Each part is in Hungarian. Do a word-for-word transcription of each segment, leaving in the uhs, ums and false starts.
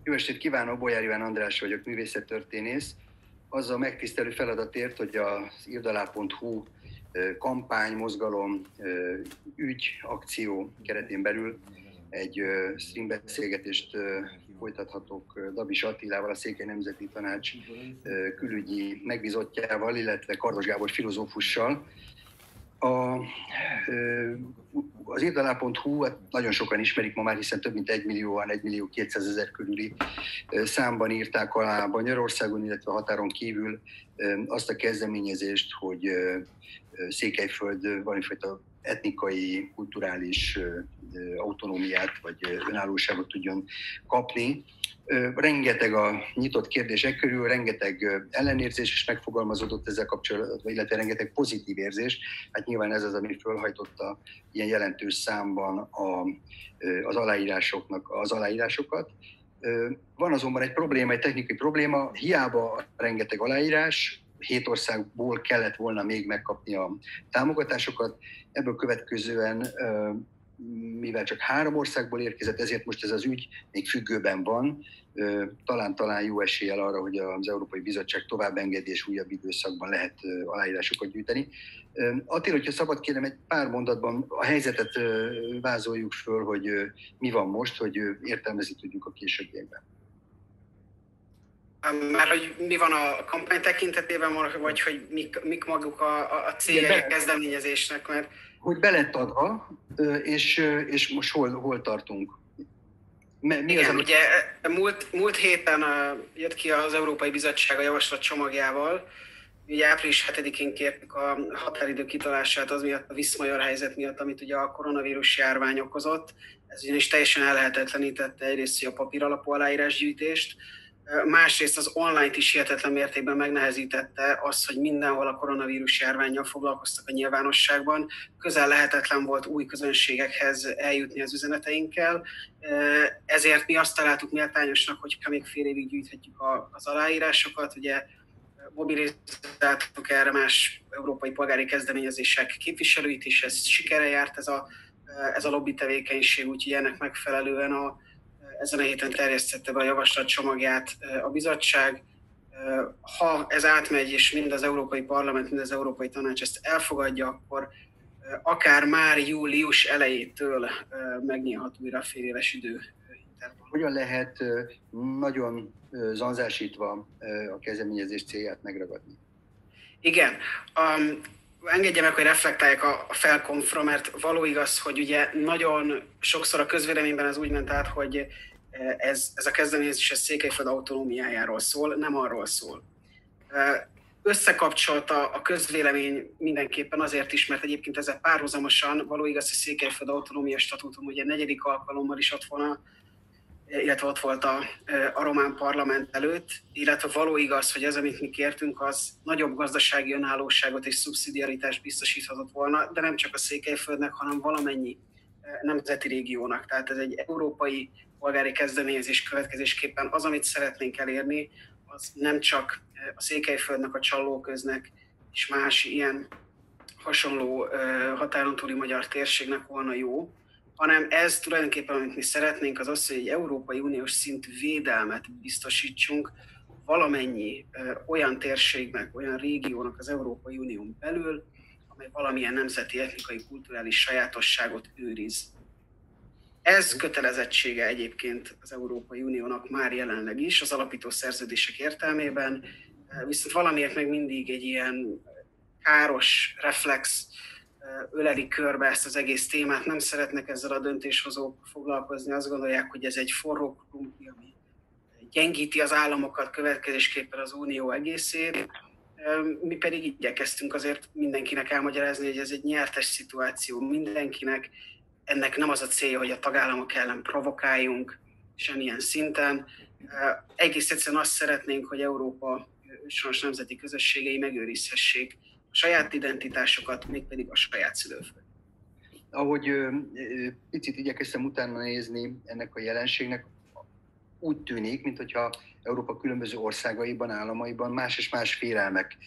Jó estét kívánok, Bolyár Iván András vagyok, művészettörténész. Az a megtisztelő feladatért, hogy az irdalá pont hu kampány, mozgalom, ügy, akció keretén belül egy stream beszélgetést folytathatok Dabis Attilával, a Székely Nemzeti Tanács külügyi megbízottjával, illetve Kardos Gábor filozófussal. A, az irdalá pont hu hát nagyon sokan ismerik ma már, hiszen több mint egy millióan, egy millió kétszázezer körüli számban írták alá Magyarországon, illetve határon kívül azt a kezdeményezést, hogy Székelyföld valamifajta etnikai, kulturális autonómiát vagy önállóságot tudjon kapni. Rengeteg a nyitott kérdések körül, rengeteg ellenérzés is megfogalmazódott ezzel kapcsolatban, illetve rengeteg pozitív érzés. Hát nyilván ez az, ami fölhajtotta ilyen jelentős számban a, az aláírásoknak az aláírásokat. Van azonban egy probléma, egy technikai probléma, hiába rengeteg aláírás, hét országból kellett volna még megkapni a támogatásokat, ebből következően mivel csak három országból érkezett, ezért most ez az ügy még függőben van. Talán-talán jó eséllyel arra, hogy az Európai Bizottság tovább engedi és újabb időszakban lehet aláírásokat gyűjteni. Attila, hogyha szabad kérem, egy pár mondatban a helyzetet vázoljuk föl, hogy mi van most, hogy értelmezni tudjuk a későbbiekben. Már hogy mi van a kampány tekintetében, vagy hogy mik, mik maguk a, a céljai a kezdeményezésnek, mert... Hogy be lett adva, és, és most hol, hol tartunk? Mi Igen, az, amit... ugye múlt, múlt héten jött ki az Európai Bizottság a javaslat csomagjával. Ugye április hetedikén kértük a határidő kitolását az miatt, a viszmajor helyzet miatt, amit ugye a koronavírus járvány okozott. Ez ugyanis teljesen ellehetetlenítette egyrészt a papír alapú aláírásgyűjtést, másrészt az online-t is hihetetlen mértékben megnehezítette az, hogy mindenhol a koronavírus járvánnyal foglalkoztak a nyilvánosságban. Közel lehetetlen volt új közönségekhez eljutni az üzeneteinkkel. Ezért mi azt találtuk méltányosnak, hogyha még fél évig gyűjthetjük az aláírásokat. Ugye mobilizáltuk erre más európai polgári kezdeményezések képviselőit is, ez sikerrel járt ez a, ez a lobby tevékenység, úgyhogy ennek megfelelően a ezen a héten terjesztette be a javaslat csomagját a bizottság. Ha ez átmegy, és mind az Európai Parlament, mind az Európai Tanács ezt elfogadja, akkor akár már július elejétől megnyílhat újra a fél éves idő. Hogyan lehet nagyon zanzásítva a kezdeményezés célját megragadni? Igen. Um, Engedje meg, hogy reflektálják a felkonfra, mert való igaz, hogy ugye nagyon sokszor a közvéleményben ez úgy ment át, hogy ez, ez a kezdeményezés a Székelyföld autonómiájáról szól, nem arról szól. Összekapcsolta a közvélemény mindenképpen azért is, mert egyébként ezzel párhuzamosan való igaz, hogy Székelyföld autonómia statútum ugye negyedik alkalommal is ott volna, illetve ott volt a, a román parlament előtt, illetve való igaz, hogy ez, amit mi kértünk, az nagyobb gazdasági önállóságot és szubszidiaritást biztosíthatott volna, de nem csak a Székelyföldnek, hanem valamennyi nemzeti régiónak. Tehát ez egy európai polgári kezdeményezés következésképpen az, amit szeretnénk elérni, az nem csak a Székelyföldnek, a Csallóköznek és más ilyen hasonló határon túli magyar térségnek volna jó, hanem ez tulajdonképpen, amit mi szeretnénk, az az, hogy egy Európai Uniós szintű védelmet biztosítsunk valamennyi ö, olyan térségnek, olyan régiónak az Európai Unión belül, amely valamilyen nemzeti, etnikai, kulturális sajátosságot őriz. Ez kötelezettsége egyébként az Európai Uniónak már jelenleg is, az alapító szerződések értelmében, viszont valamiért meg mindig egy ilyen káros reflex öleli körbe ezt az egész témát, nem szeretnek ezzel a döntéshozók foglalkozni, azt gondolják, hogy ez egy forró krumpli, ami gyengíti az államokat, következésképpen az unió egészét. Mi pedig igyekeztünk azért mindenkinek elmagyarázni, hogy ez egy nyertes szituáció mindenkinek, ennek nem az a célja, hogy a tagállamok ellen provokáljunk semmilyen szinten. Egész egyszerűen azt szeretnénk, hogy Európa őshonos nemzeti közösségei megőrizhessék a saját identitásokat, mégpedig a saját szülőföld. Ahogy ö, ö, picit igyekeztem utána nézni ennek a jelenségnek, úgy tűnik, mintha Európa különböző országaiban, államaiban más és más félelmek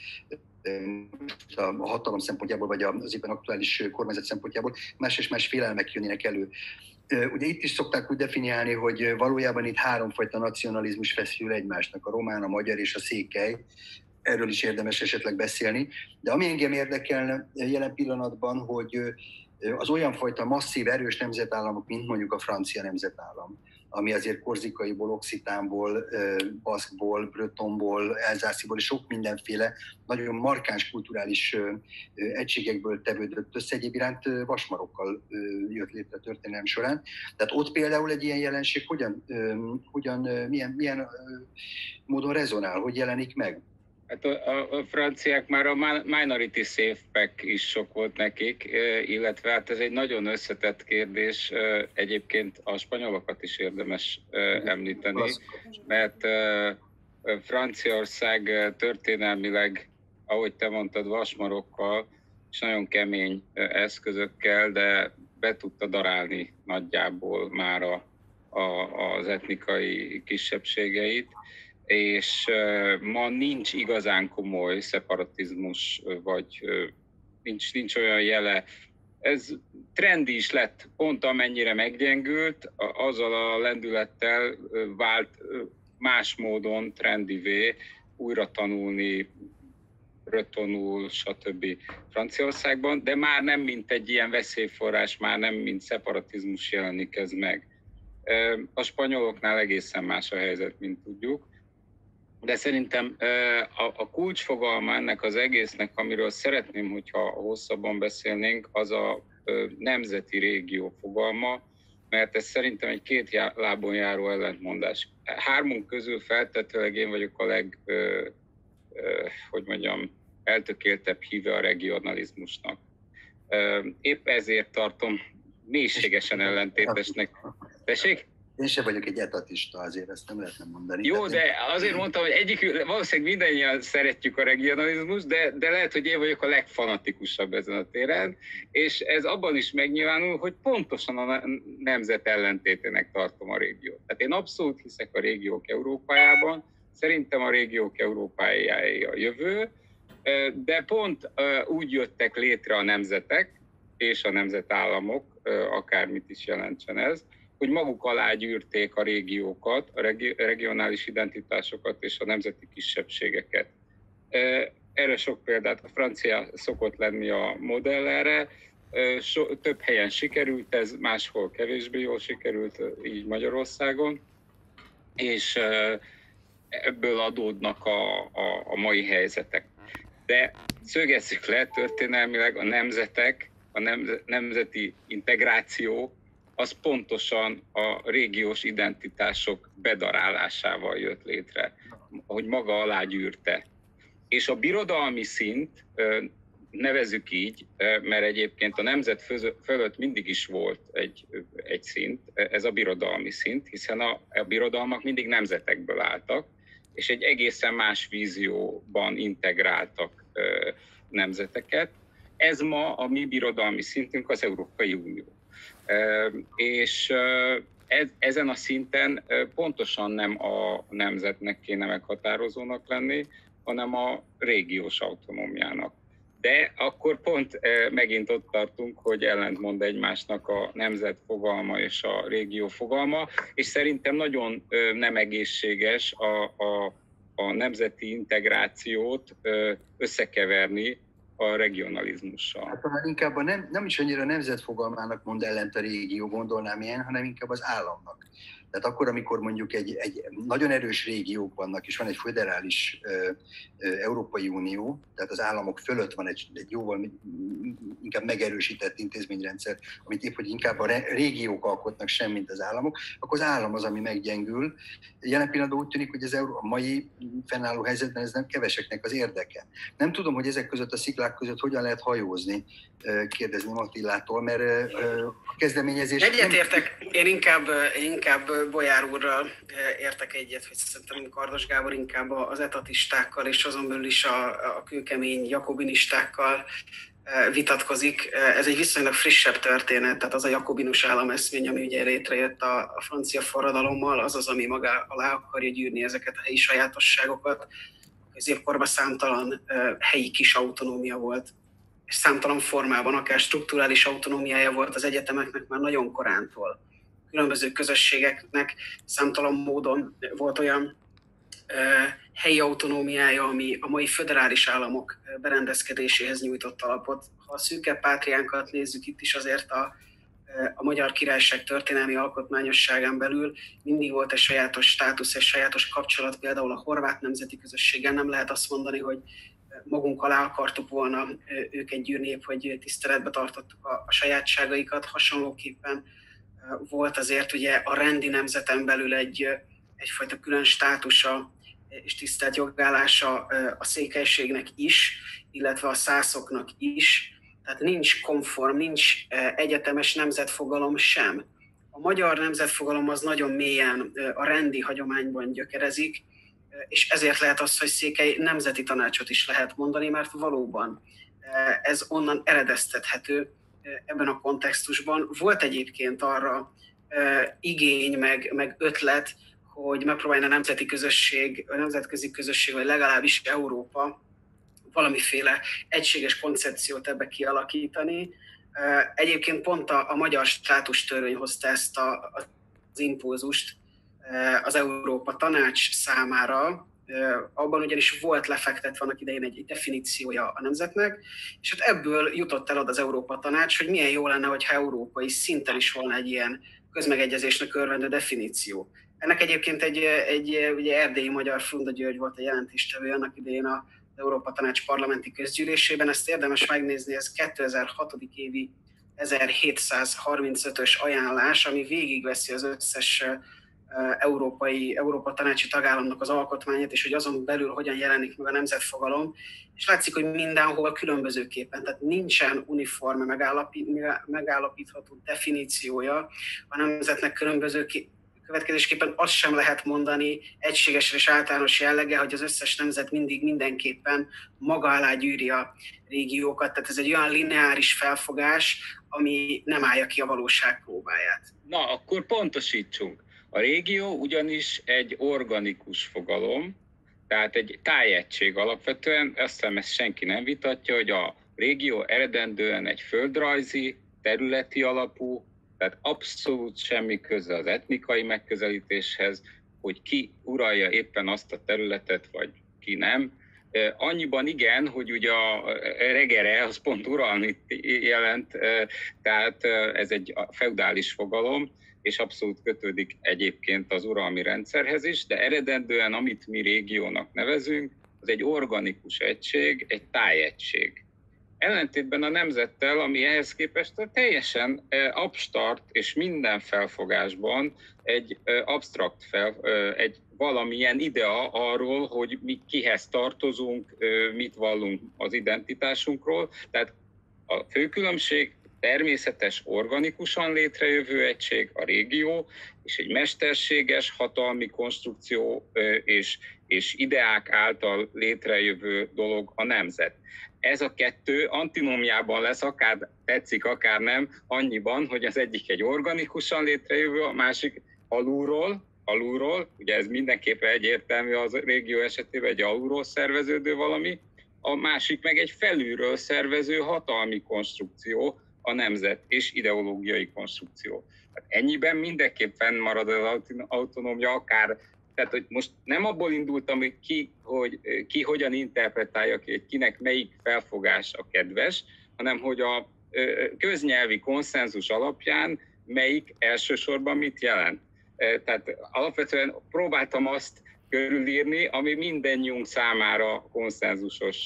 a hatalom szempontjából, vagy az éppen aktuális kormányzat szempontjából más és más félelmek jönnének elő. Ugye itt is szokták úgy definiálni, hogy valójában itt háromfajta nacionalizmus feszül egymásnak, a román, a magyar és a székely. Erről is érdemes esetleg beszélni. De ami engem érdekelne jelen pillanatban, hogy az olyan fajta masszív, erős nemzetállamok, mint mondjuk a francia nemzetállam, ami azért korzikaiból, occitánból, baszkból, bretonból, elzásziból és sok mindenféle nagyon markáns kulturális egységekből tevődött össze, egyéb iránt vasmarokkal jött létre a történelem során. Tehát ott például egy ilyen jelenség hogyan, hogyan milyen, milyen módon rezonál, hogy jelenik meg? Hát a, a franciák már a minority safe pack is sok volt nekik, illetve hát ez egy nagyon összetett kérdés, egyébként a spanyolokat is érdemes említeni, mert Franciaország történelmileg, ahogy te mondtad, vasmarokkal és nagyon kemény eszközökkel, de be tudta darálni nagyjából már a, a, az etnikai kisebbségeit, és ma nincs igazán komoly szeparatizmus, vagy nincs, nincs olyan jele. Ez trendi is lett, pont amennyire meggyengült, azzal a lendülettel vált más módon trendivé újra tanulni, bretonul, stb. Franciaországban, de már nem mint egy ilyen veszélyforrás, már nem mint szeparatizmus jelenik ez meg. A spanyoloknál egészen más a helyzet, mint tudjuk. De szerintem a kulcsfogalma ennek az egésznek, amiről szeretném, hogyha hosszabban beszélnénk, az a nemzeti régió fogalma, mert ez szerintem egy két lábon járó ellentmondás. Hármunk közül feltetőleg én vagyok a leg, hogy mondjam, eltökéltebb híve a regionalizmusnak. Épp ezért tartom mélységesen ellentétesnek. Tessék? Én sem vagyok egy etatista, azért ezt nem lehetne mondani. Jó, de azért mondtam, hogy egyik, valószínűleg mindannyian szeretjük a regionalizmust, de, de lehet, hogy én vagyok a legfanatikusabb ezen a téren, és ez abban is megnyilvánul, hogy pontosan a nemzet ellentétének tartom a régiót. Tehát én abszolút hiszek a régiók Európájában, szerintem a régiók Európájáé a jövő, de pont úgy jöttek létre a nemzetek és a nemzetállamok, akármit is jelentsen ez, hogy maguk alá gyűrték a régiókat, a regionális identitásokat és a nemzeti kisebbségeket. Erre sok példát, a francia szokott lenni a modell erre, so, több helyen sikerült ez, máshol kevésbé jól sikerült, így Magyarországon, és ebből adódnak a, a, a mai helyzetek. De szögezzük le, történelmileg a nemzetek, a nemzeti integráció, az pontosan a régiós identitások bedarálásával jött létre, hogy maga alá gyűrte. És a birodalmi szint, nevezzük így, mert egyébként a nemzet fölött mindig is volt egy, egy szint, ez a birodalmi szint, hiszen a, a birodalmak mindig nemzetekből álltak, és egy egészen más vízióban integráltak nemzeteket. Ez ma a mi birodalmi szintünk az Európai Unió. És ez, ezen a szinten pontosan nem a nemzetnek kéne meghatározónak lenni, hanem a régiós autonómiának. De akkor pont megint ott tartunk, hogy ellentmond egymásnak a nemzet fogalma és a régió fogalma, és szerintem nagyon nem egészséges a, a, a nemzeti integrációt összekeverni a regionalizmussal. Hát már inkább a nem, nem is annyira nemzetfogalmának mond ellent a régió, gondolnám ilyen, hanem inkább az államnak. Tehát akkor, amikor mondjuk egy, egy nagyon erős régiók vannak, és van egy föderális ö, ö, Európai Unió, tehát az államok fölött van egy, egy jóval inkább megerősített intézményrendszer, amit épp, hogy inkább a régiók alkotnak sem, mint az államok, akkor az állam az, ami meggyengül. Jelen pillanatban úgy tűnik, hogy ez a mai fennálló helyzetben ez nem keveseknek az érdeke. Nem tudom, hogy ezek között a sziklák között hogyan lehet hajózni, kérdezni Attillától, mert a kezdeményezés... Egyetértek, én inkább, inkább Bolyár úrral értek egyet, hogy szerintem Kardos Gábor inkább az etatistákkal és azon belül is a, a kőkemény jakobinistákkal vitatkozik. Ez egy viszonylag frissebb történet, tehát az a jakobinus állameszmény, ami ugye létrejött a, a francia forradalommal, az az, ami maga alá akarja gyűrni ezeket a helyi sajátosságokat. Középkorban számtalan helyi kis autonómia volt, és számtalan formában, akár strukturális autonómiája volt az egyetemeknek már nagyon korántól. különböző közösségeknek számtalan módon volt olyan helyi autonómiája, ami a mai föderális államok berendezkedéséhez nyújtott alapot. Ha a szűkebb pátriánkat nézzük, itt is azért a, a Magyar Királyság történelmi alkotmányosságán belül mindig volt egy sajátos státusz, egy sajátos kapcsolat, például a horvát nemzeti közösséggel. Nem lehet azt mondani, hogy magunk alá akartuk volna őket gyűrni, hogy tiszteletbe tartottuk a, a sajátságaikat. Hasonlóképpen volt azért ugye a rendi nemzeten belül egy, egyfajta külön státusa és tisztelt jogállása a székelységnek is, illetve a szászoknak is. Tehát nincs konform, nincs egyetemes nemzetfogalom sem. A magyar nemzetfogalom az nagyon mélyen a rendi hagyományban gyökerezik, és ezért lehet az, hogy Székely nemzeti tanácsot is lehet mondani, mert valóban ez onnan eredeztethető ebben a kontextusban. Volt egyébként arra igény, meg, meg ötlet, hogy megpróbálja a nemzeti közösség, a nemzetközi közösség, vagy legalábbis Európa valamiféle egységes koncepciót ebbe kialakítani. Egyébként pont a, a magyar státustörvény hozta ezt a, az impulzust az Európa Tanács számára. Abban ugyanis volt lefektetve annak idején egy definíciója a nemzetnek, és hát ebből jutott el oda az Európa Tanács, hogy milyen jó lenne, hogyha európai szinten is volna egy ilyen közmegegyezésnek örvendő definíció. Ennek egyébként egy, egy ugye erdélyi magyar Frunda György volt a jelentéstevő annak idején az Európa Tanács parlamenti közgyűlésében. Ezt érdemes megnézni, ez kétezer-hat évi ezerhétszázharmincötös ajánlás, ami végigveszi az összes európai, Európa Tanácsi tagállamnak az alkotmányát, és hogy azon belül hogyan jelenik meg a nemzetfogalom. És látszik, hogy mindenhol különbözőképpen, tehát nincsen uniforme megállapít, megállapítható definíciója a nemzetnek különböző következésképpen azt sem lehet mondani egységesen és általános jellege, hogy az összes nemzet mindig mindenképpen maga alá gyűri a régiókat. Tehát ez egy olyan lineáris felfogás, ami nem állja ki a valóság próbáját. Na, akkor pontosítsunk. A régió ugyanis egy organikus fogalom, tehát egy tájegység alapvetően, azt hiszem ezt senki nem vitatja, hogy a régió eredendően egy földrajzi, területi alapú, tehát abszolút semmi köze az etnikai megközelítéshez, hogy ki uralja éppen azt a területet, vagy ki nem. Annyiban igen, hogy ugye a regere az pont uralni jelent, tehát ez egy feudális fogalom, és abszolút kötődik egyébként az uralmi rendszerhez is, de eredendően, amit mi régiónak nevezünk, az egy organikus egység, egy tájegység. Ellentétben a nemzettel, ami ehhez képest teljesen abstrakt és minden felfogásban egy absztrakt fel, egy valamilyen idea arról, hogy mi kihez tartozunk, mit vallunk az identitásunkról. Tehát a fő különbség természetes, organikusan létrejövő egység, a régió, és egy mesterséges, hatalmi konstrukció és, és ideák által létrejövő dolog a nemzet. Ez a kettő antinómiában lesz, akár tetszik, akár nem, annyiban, hogy az egyik egy organikusan létrejövő, a másik alulról, alulról, ugye ez mindenképpen egyértelmű az régió esetében, egy alulról szerveződő valami, a másik meg egy felülről szervező hatalmi konstrukció, a nemzet és ideológiai konstrukció. Hát ennyiben mindenképpen marad az autonómia, akár, tehát hogy most nem abból indultam, hogy ki, hogy ki hogyan interpretálja ki, hogy kinek melyik felfogás a kedves, hanem hogy a köznyelvi konszenzus alapján melyik elsősorban mit jelent. Tehát alapvetően próbáltam azt körülírni, ami mindennyiunk számára konszenzusos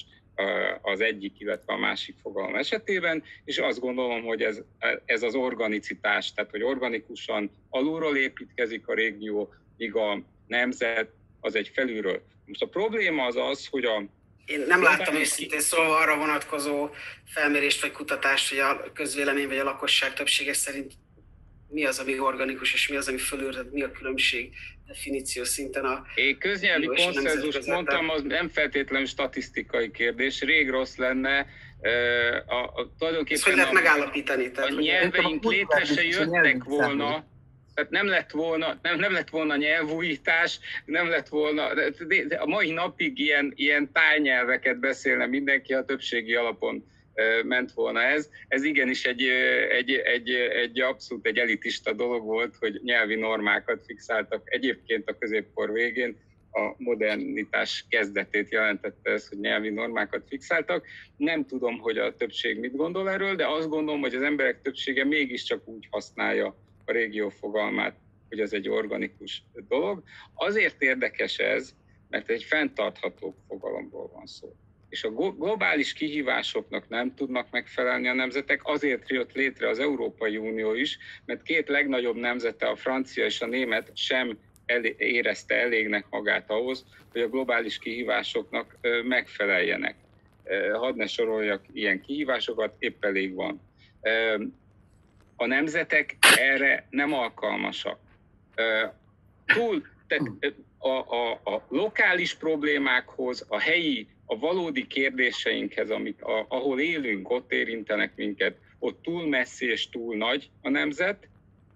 az egyik, illetve a másik fogalom esetében, és azt gondolom, hogy ez, ez az organicitás, tehát hogy organikusan alulról építkezik a régió, míg a nemzet az egy felülről. Most a probléma az az, hogy a... Én nem láttam őszintén szóval arra vonatkozó felmérést vagy kutatást, hogy a közvélemény vagy a lakosság többsége szerint mi az, ami organikus, és mi az, ami fölül, mi a különbség definíció szinten a... Én köznyelvi konszenzust mondtam, az nem feltétlenül statisztikai kérdés, rég rossz lenne. A, a, tulajdonképpen ezt hogy lehet a, megállapítani? Tehát, a nyelveink létre se jöttek volna, tehát nem lett volna, nem, nem lett volna nyelvújítás, nem lett volna, de, de a mai napig ilyen, ilyen tájnyelveket beszélne mindenki, a többségi alapon ment volna ez. Ez igenis egy, egy, egy, egy abszolút egy elitista dolog volt, hogy nyelvi normákat fixáltak. Egyébként a középkor végén a modernitás kezdetét jelentette ez, hogy nyelvi normákat fixáltak. Nem tudom, hogy a többség mit gondol erről, de azt gondolom, hogy az emberek többsége mégiscsak úgy használja a régió fogalmát, hogy ez egy organikus dolog. Azért érdekes ez, mert egy fenntartható fogalomból van szó. És a globális kihívásoknak nem tudnak megfelelni a nemzetek, azért jött létre az Európai Unió is, mert két legnagyobb nemzete, a francia és a német sem elé, érezte elégnek magát ahhoz, hogy a globális kihívásoknak megfeleljenek. Hadd ne soroljak ilyen kihívásokat, épp elég van. A nemzetek erre nem alkalmasak. Túl, tehát a, a, a lokális problémákhoz, a helyi, a valódi kérdéseinkhez, amik, a, ahol élünk, ott érintenek minket, ott túl messzi és túl nagy a nemzet,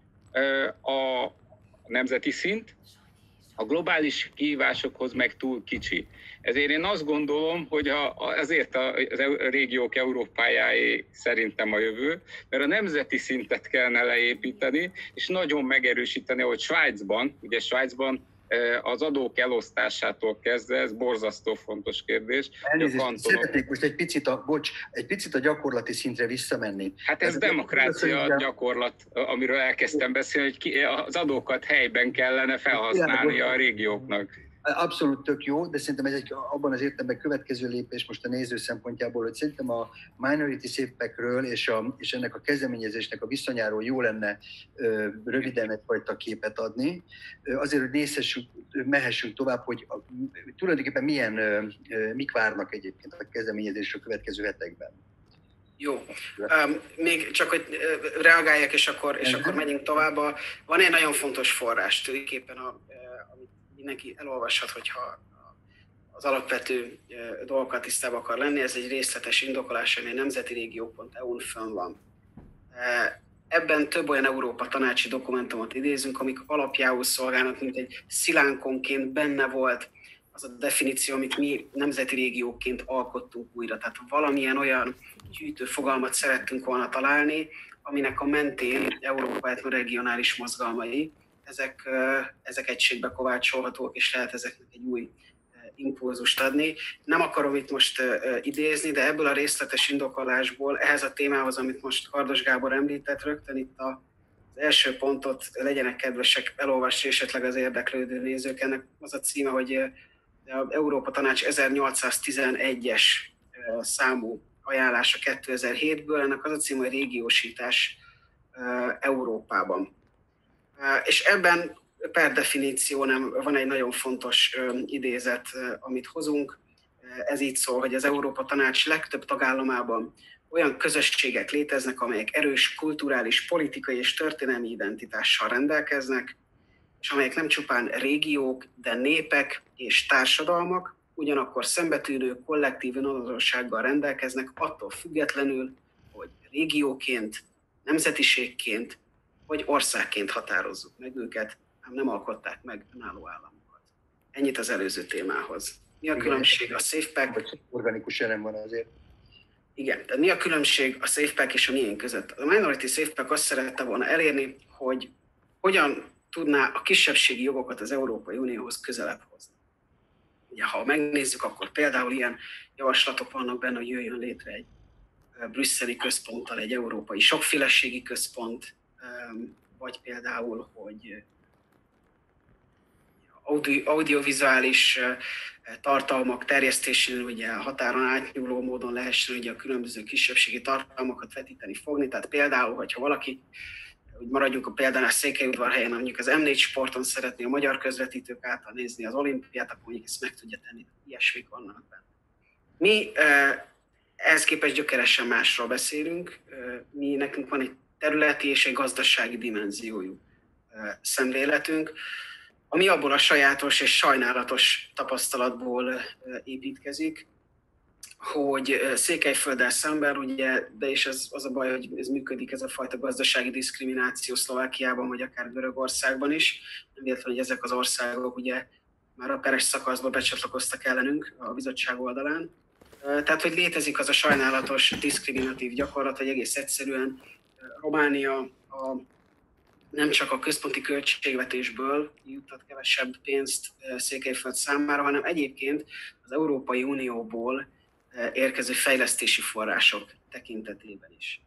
a nemzeti szint, a globális kihívásokhoz meg túl kicsi. Ezért én azt gondolom, hogy a, azért a, a régiók Európájáé szerintem a jövő, mert a nemzeti szintet kellene leépíteni, és nagyon megerősíteni, hogy Svájcban, ugye Svájcban az adók elosztásától kezdve, ez borzasztó fontos kérdés. Elnézést, kantonok... szeretnék most egy picit, a, bocs, egy picit a gyakorlati szintre visszamenni. Hát ez, ez demokrácia a gyakorlat, amiről elkezdtem beszélni, hogy ki, az adókat helyben kellene felhasználni a régióknak. Abszolút tök jó, de szerintem ez egy abban az értelemben következő lépés most a néző szempontjából, hogy szerintem a Minority Safe Pack-ről és, a, és ennek a kezdeményezésnek a viszonyáról jó lenne ö, röviden egyfajta képet adni. Ö, azért, hogy nézhessünk, mehessünk tovább, hogy a, tulajdonképpen milyen, ö, mik várnak egyébként a kezdeményezésről a következő hetekben. Jó. Um, még csak, hogy reagáljak, és akkor, és akkor menjünk tovább. Van egy nagyon fontos forrás, tulajdonképpen a mindenki elolvashat, hogyha az alapvető dolgokat tisztában akar lenni. Ez egy részletes indokolás, ami a nemzeti régió pont e u-n fönn van. Ebben több olyan Európa tanácsi dokumentumot idézünk, amik alapjául szolgálnak, mint egy szilánkonként benne volt az a definíció, amit mi nemzeti régióként alkottunk újra. Tehát valamilyen olyan gyűjtő fogalmat szerettünk volna találni, aminek a mentén Európa etnoregionális mozgalmai, Ezek, ezek egységbe kovácsolhatók, és lehet ezeknek egy új impulzust adni. Nem akarom itt most idézni, de ebből a részletes indokolásból ehhez a témához, amit most Kardos Gábor említett, rögtön itt az első pontot legyenek kedvesek elolvasni, esetleg az érdeklődő nézők. Ennek az a címe, hogy az Európa Tanács ezernyolcszáztizenegyes számú ajánlása kétezer-hétből, ennek az a címe, hogy régiósítás Európában. És ebben per definíció nem, van egy nagyon fontos idézet, amit hozunk. Ez így szól, hogy az Európa Tanács legtöbb tagállamában olyan közösségek léteznek, amelyek erős kulturális, politikai és történelmi identitással rendelkeznek, és amelyek nem csupán régiók, de népek és társadalmak, ugyanakkor szembetűnő kollektív önazonossággal rendelkeznek, attól függetlenül, hogy régióként, nemzetiségként vagy országként határozzuk meg őket, ám nem alkották meg önálló államokat. Ennyit az előző témához. Mi a igen, különbség a SafePack? Organikus jelen van azért. Igen, tehát mi a különbség a SafePack és a miénk között? A Minority SafePack azt szerette volna elérni, hogy hogyan tudná a kisebbségi jogokat az Európai Unióhoz közelebb hozni. Ugye, ha megnézzük, akkor például ilyen javaslatok vannak benne, hogy jöjjön létre egy brüsszeli központtal egy európai sokféleségi központ, vagy például, hogy audi, audiovizuális tartalmak terjesztésén ugye határon átnyúló módon lehessen ugye a különböző kisebbségi tartalmakat vetíteni, fogni. Tehát például, hogyha valaki, úgy maradjunk a példánál Székelyudvarhelyen, mondjuk az em négy Sporton szeretné a magyar közvetítők által nézni az olimpiát, akkor mondjuk ezt meg tudja tenni, ilyesmik vannak benne. Mi ehhez képest gyökeresen másról beszélünk. Mi nekünk van egy területi és egy gazdasági dimenziójú szemléletünk, ami abból a sajátos és sajnálatos tapasztalatból építkezik, hogy Székelyfölddel szemben, ugye, de és ez, az a baj, hogy ez működik, ez a fajta gazdasági diszkrimináció Szlovákiában, vagy akár Görögországban is, nem véletlen, hogy ezek az országok ugye már a peres szakaszba becsatlakoztak ellenünk a bizottság oldalán. Tehát, hogy létezik az a sajnálatos, diszkriminatív gyakorlat, hogy egész egyszerűen Románia a, nem csak a központi költségvetésből juttat kevesebb pénzt Székelyföld számára, hanem egyébként az Európai Unióból érkező fejlesztési források tekintetében is.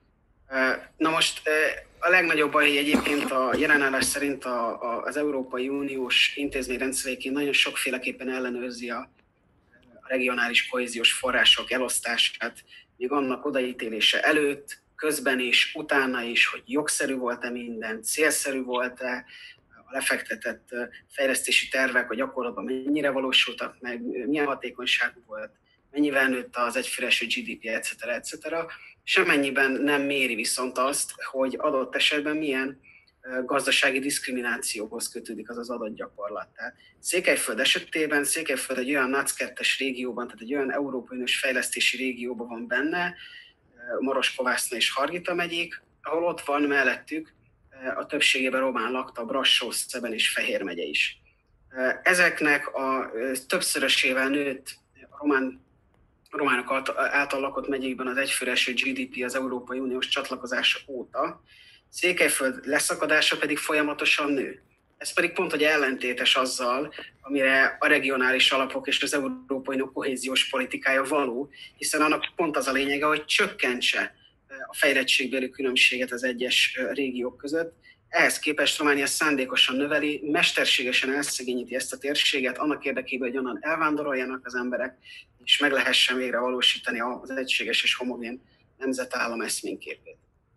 Na most a legnagyobb baj egyébként a jelenállás szerint a, a, az Európai Uniós intézményrendszeréként nagyon sokféleképpen ellenőrzi a, a regionális kohéziós források elosztását, még annak odaítélése előtt, közben is, utána is, hogy jogszerű volt-e minden, célszerű volt-e, a lefektetett fejlesztési tervek a gyakorlatban mennyire valósultak meg, milyen hatékonyságú volt, mennyivel nőtt az egyfőre gé dé pé, et cetera, et cetera. Semennyiben nem méri viszont azt, hogy adott esetben milyen gazdasági diszkriminációhoz kötődik az az adott gyakorlat. Tehát Székelyföld esetében, Székelyföld egy olyan NUTS kettes régióban, tehát egy olyan Európai Uniós fejlesztési régióban van benne, Maros-Kovászna és Hargita megyék, ahol ott van mellettük a többségében román lakta Brassó, Szeben és Fehér megye is. Ezeknek a többszörösével nőtt a román, románok által lakott megyékben az egyfőre eső gé dé pé az Európai Uniós csatlakozása óta, Székelyföld leszakadása pedig folyamatosan nő. Ez pedig pont, hogy ellentétes azzal, amire a regionális alapok és az Európai Unió kohéziós politikája való, hiszen annak pont az a lényege, hogy csökkentse a fejlettségbeli különbséget az egyes régiók között. Ehhez képest Románia szándékosan növeli, mesterségesen elszegényíti ezt a térséget, annak érdekében, hogy onnan elvándoroljanak az emberek, és meg lehessen végre valósítani az egységes és homogén nemzetállam eszményképét.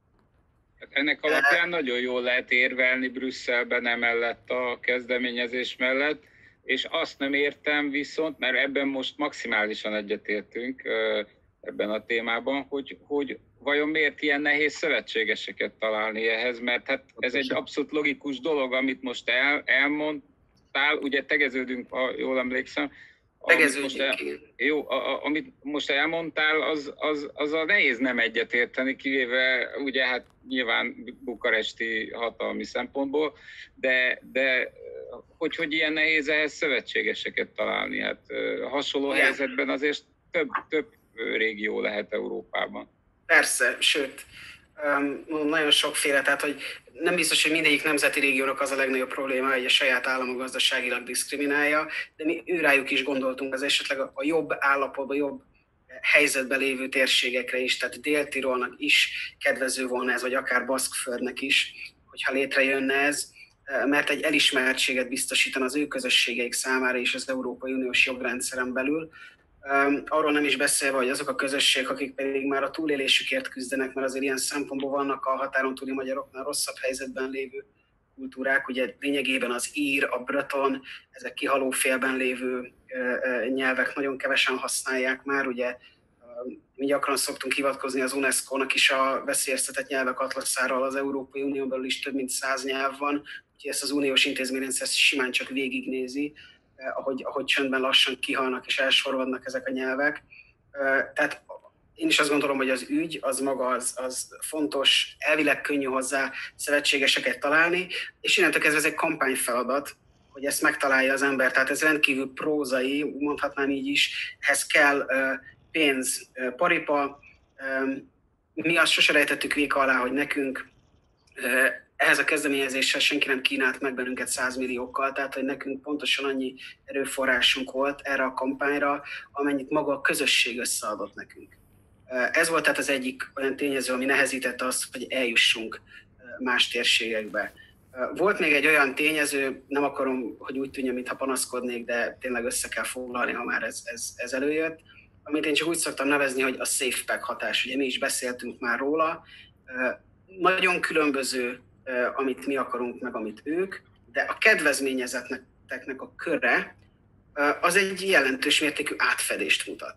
Ennek alapján nagyon jól lehet érvelni Brüsszelben emellett a kezdeményezés mellett, és azt nem értem viszont, mert ebben most maximálisan egyetértünk ebben a témában, hogy, hogy vajon miért ilyen nehéz szövetségeseket találni ehhez, mert hát ez egy abszolút logikus dolog, amit most el, elmondtál, ugye tegeződünk, ha jól emlékszem, Amit most, el, jó, a, a, amit most elmondtál, az, az, az a nehéz nem egyetérteni, kivéve ugye hát nyilván bukaresti hatalmi szempontból, de, de hogy, hogy ilyen nehéz ehhez szövetségeseket találni. Hát hasonló Igen. helyzetben azért több, több régió lehet Európában. Persze, sőt, um, nagyon sokféle, tehát hogy nem biztos, hogy mindegyik nemzeti régiónak az a legnagyobb probléma, hogy a saját állama gazdaságilag diszkriminálja, de mi őrájuk is gondoltunk az esetleg a jobb állapotban, jobb helyzetben lévő térségekre is, tehát Dél-Tirolnak is kedvező volna ez, vagy akár Baszkföldnek is, hogyha létrejönne ez, mert egy elismertséget biztosítana az ő közösségeik számára is az Európai Uniós jogrendszeren belül. Arról nem is beszélve, hogy azok a közösségek, akik pedig már a túlélésükért küzdenek, mert azért ilyen szempontból vannak a határon túli magyaroknál rosszabb helyzetben lévő kultúrák, ugye lényegében az ír, a breton, ezek kihaló félben lévő nyelvek nagyon kevesen használják már, ugye mi gyakran szoktunk hivatkozni az UNESCO-nak is a veszélyeztetett nyelvek atlaszáról, az Európai Unión belül is több mint száz nyelv van, úgyhogy ezt az uniós intézményrendszer simán csak végignézi, ahogy, ahogy csöndben lassan kihalnak és elsorvadnak ezek a nyelvek. Tehát én is azt gondolom, hogy az ügy, az maga az, az fontos, elvileg könnyű hozzá szövetségeseket találni, és innentől kezdve ez egy kampányfeladat, hogy ezt megtalálja az ember. Tehát ez rendkívül prózai, mondhatnám így is, ehhez kell pénz, paripa. Mi azt sose rejtettük véka alá, hogy nekünk ehhez a kezdeményezéssel senki nem kínált meg bennünket százmilliókkal, tehát hogy nekünk pontosan annyi erőforrásunk volt erre a kampányra, amennyit maga a közösség összeadott nekünk. Ez volt tehát az egyik olyan tényező, ami nehezítette azt, hogy eljussunk más térségekbe. Volt még egy olyan tényező, nem akarom, hogy úgy tűnjön, mintha panaszkodnék, de tényleg össze kell foglalni, ha már ez, ez, ez előjött, amit én csak úgy szoktam nevezni, hogy a SafePack hatás. Ugye mi is beszéltünk már róla. Nagyon különböző, amit mi akarunk, meg amit ők, de a kedvezményezetteknek a köre az egy jelentős mértékű átfedést mutat.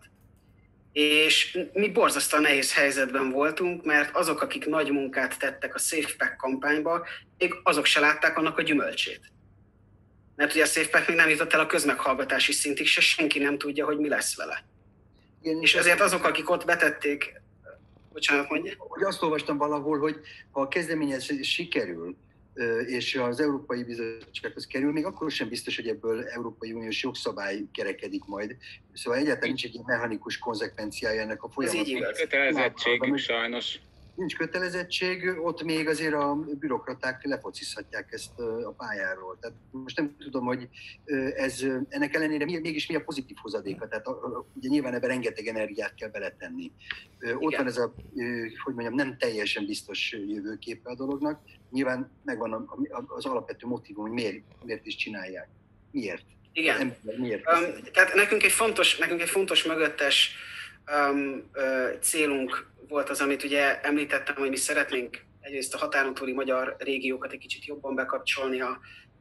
És mi borzasztóan nehéz helyzetben voltunk, mert azok, akik nagy munkát tettek a SafePack kampányba, még azok se látták annak a gyümölcsét. Mert ugye a SafePack még nem jutott el a közmeghallgatási szintig, se senki nem tudja, hogy mi lesz vele. Igen, és ezért azok, akik ott betették, bocsánat, mondja. Hogy azt olvastam valahol, hogy ha a kezdeményezés sikerül, és az Európai Bizottsághoz kerül, még akkor sem biztos, hogy ebből Európai Uniós jogszabály kerekedik majd. Szóval egyáltalán nincs egy ilyen mechanikus konzekvenciája ennek a folyamatnak. Ez így kötelezettségük sajnos. Nincs kötelezettség, ott még azért a bürokraták lefocizhatják ezt a pályáról. Tehát most nem tudom, hogy ez, ennek ellenére mégis mi a pozitív hozadéka. Tehát ugye nyilván ebben rengeteg energiát kell beletenni. Igen. Ott van ez a, hogy mondjam, nem teljesen biztos jövőképe a dolognak. Nyilván megvan az alapvető motivum, hogy miért, miért is csinálják. Miért? Igen. Ember, miért um, tehát nekünk egy fontos, nekünk egy fontos mögöttes um, uh, célunk volt az, amit ugye említettem, hogy mi szeretnénk egyrészt a határon túli magyar régiókat egy kicsit jobban bekapcsolni a,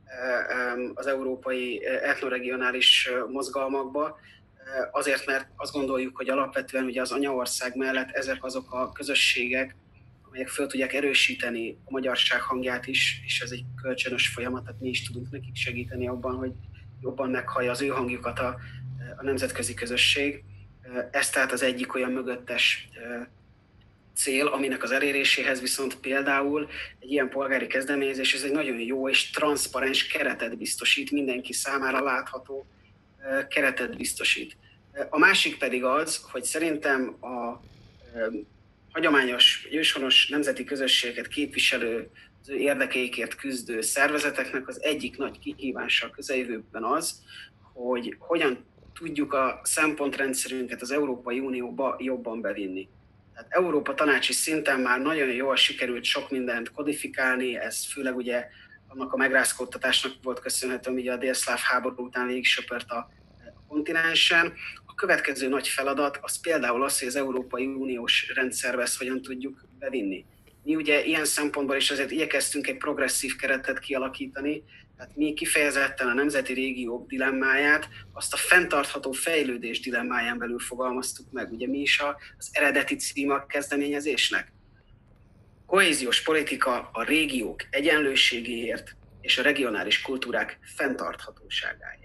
az európai etnoregionális mozgalmakba, azért, mert azt gondoljuk, hogy alapvetően ugye az anyaország mellett ezek azok a közösségek, amelyek föl tudják erősíteni a magyarság hangját is, és ez egy kölcsönös folyamat, tehát mi is tudunk nekik segíteni abban, hogy jobban meghallja az ő hangjukat a, a nemzetközi közösség. Ez tehát az egyik olyan mögöttes cél, aminek az eléréséhez viszont például egy ilyen polgári kezdeményezés, ez egy nagyon jó és transzparens keretet biztosít, mindenki számára látható keretet biztosít. A másik pedig az, hogy szerintem a hagyományos, őshonos nemzeti közösségeket képviselő, az ő érdekeikért küzdő szervezeteknek az egyik nagy kihívása a közeljövőben az, hogy hogyan tudjuk a szempontrendszerünket az Európai Unióba jobban bevinni. Tehát Európa tanácsi szinten már nagyon jól sikerült sok mindent kodifikálni, ez főleg ugye annak a megrázkódtatásnak volt köszönhető, ami a délszláv háború után végig söpört a kontinensen. A következő nagy feladat az például az, hogy az Európai Uniós rendszerbe ezt hogyan tudjuk bevinni. Mi ugye ilyen szempontból is azért igyekeztünk egy progresszív keretet kialakítani, tehát mi kifejezetten a nemzeti régiók dilemmáját, azt a fenntartható fejlődés dilemmáján belül fogalmaztuk meg. Ugye mi is az eredeti címe a kezdeményezésnek? Kohéziós politika a régiók egyenlőségéért és a regionális kultúrák fenntarthatóságáért.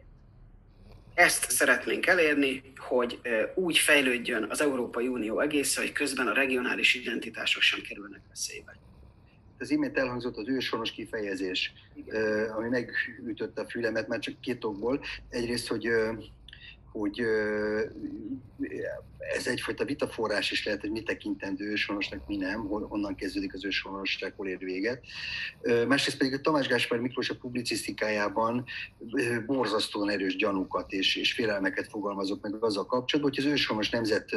Ezt szeretnénk elérni, hogy úgy fejlődjön az Európai Unió egészen, hogy közben a regionális identitások sem kerülnek veszélybe. Az imént elhangzott az őshonos kifejezés, igen, ami megütötte a fülemet már csak két okból. Egyrészt, hogy, hogy ez egyfajta vitaforrás is lehet, hogy mi tekintendő őshonosnak, mi nem, honnan kezdődik az őshonosság, hol ér véget. Másrészt pedig a Tamás Gáspár Miklós a publicisztikájában borzasztóan erős gyanúkat és, és félelmeket fogalmazott meg azzal kapcsolatban, hogy az őshonos nemzet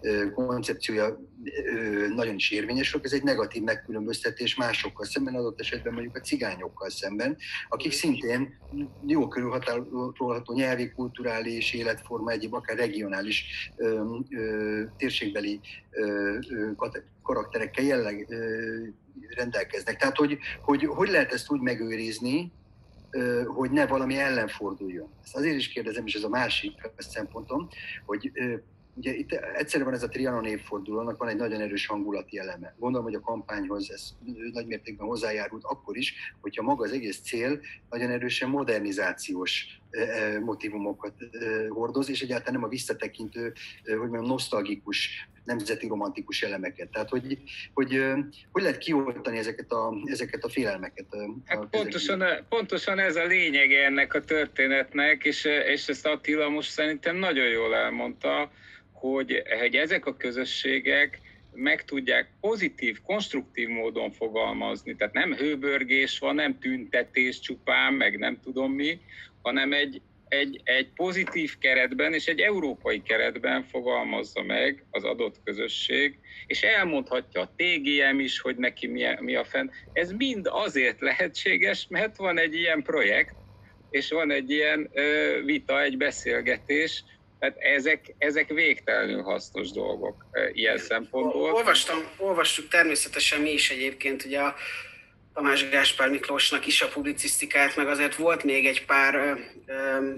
koncepciója nagyon is érvényes volt, ez egy negatív megkülönböztetés másokkal szemben, adott esetben mondjuk a cigányokkal szemben, akik szintén jó körülhatárolható nyelvi, kulturális, életforma, egyéb akár regionális ö, ö, térségbeli ö, ö, karakterekkel jelleg ö, rendelkeznek. Tehát, hogy, hogy hogy lehet ezt úgy megőrizni, ö, hogy ne valami ellen forduljon. Ezt azért is kérdezem, és ez a másik szempontom, hogy ö, ugye itt egyszerűen van ez a Trianon évforduló, annak van egy nagyon erős hangulati eleme. Gondolom, hogy a kampányhoz ez nagymértékben hozzájárult akkor is, hogyha maga az egész cél nagyon erősen modernizációs motivumokat hordoz, és egyáltalán nem a visszatekintő, hogy mondjam, nosztalgikus, nemzeti romantikus elemeket. Tehát, hogy hogy, hogy lehet kioltani ezeket a, ezeket a félelmeket? Hát a pontosan, pontosan ez a lényege ennek a történetnek, és, és ezt Attila most szerintem nagyon jól elmondta, hogy, hogy ezek a közösségek meg tudják pozitív, konstruktív módon fogalmazni. Tehát nem hőbörgés van, nem tüntetés csupán, meg nem tudom mi, hanem egy, egy, egy pozitív keretben és egy európai keretben fogalmazza meg az adott közösség, és elmondhatja a té gé em is, hogy neki mi a, mi a fenn. Ez mind azért lehetséges, mert van egy ilyen projekt, és van egy ilyen ö, vita, egy beszélgetés. Tehát ezek, ezek végtelenül hasznos dolgok ilyen szempontból. Olvastam, olvastuk természetesen mi is egyébként ugye a Tamás Gáspár Miklósnak is a publicisztikáját, meg azért volt még egy pár ö, ö,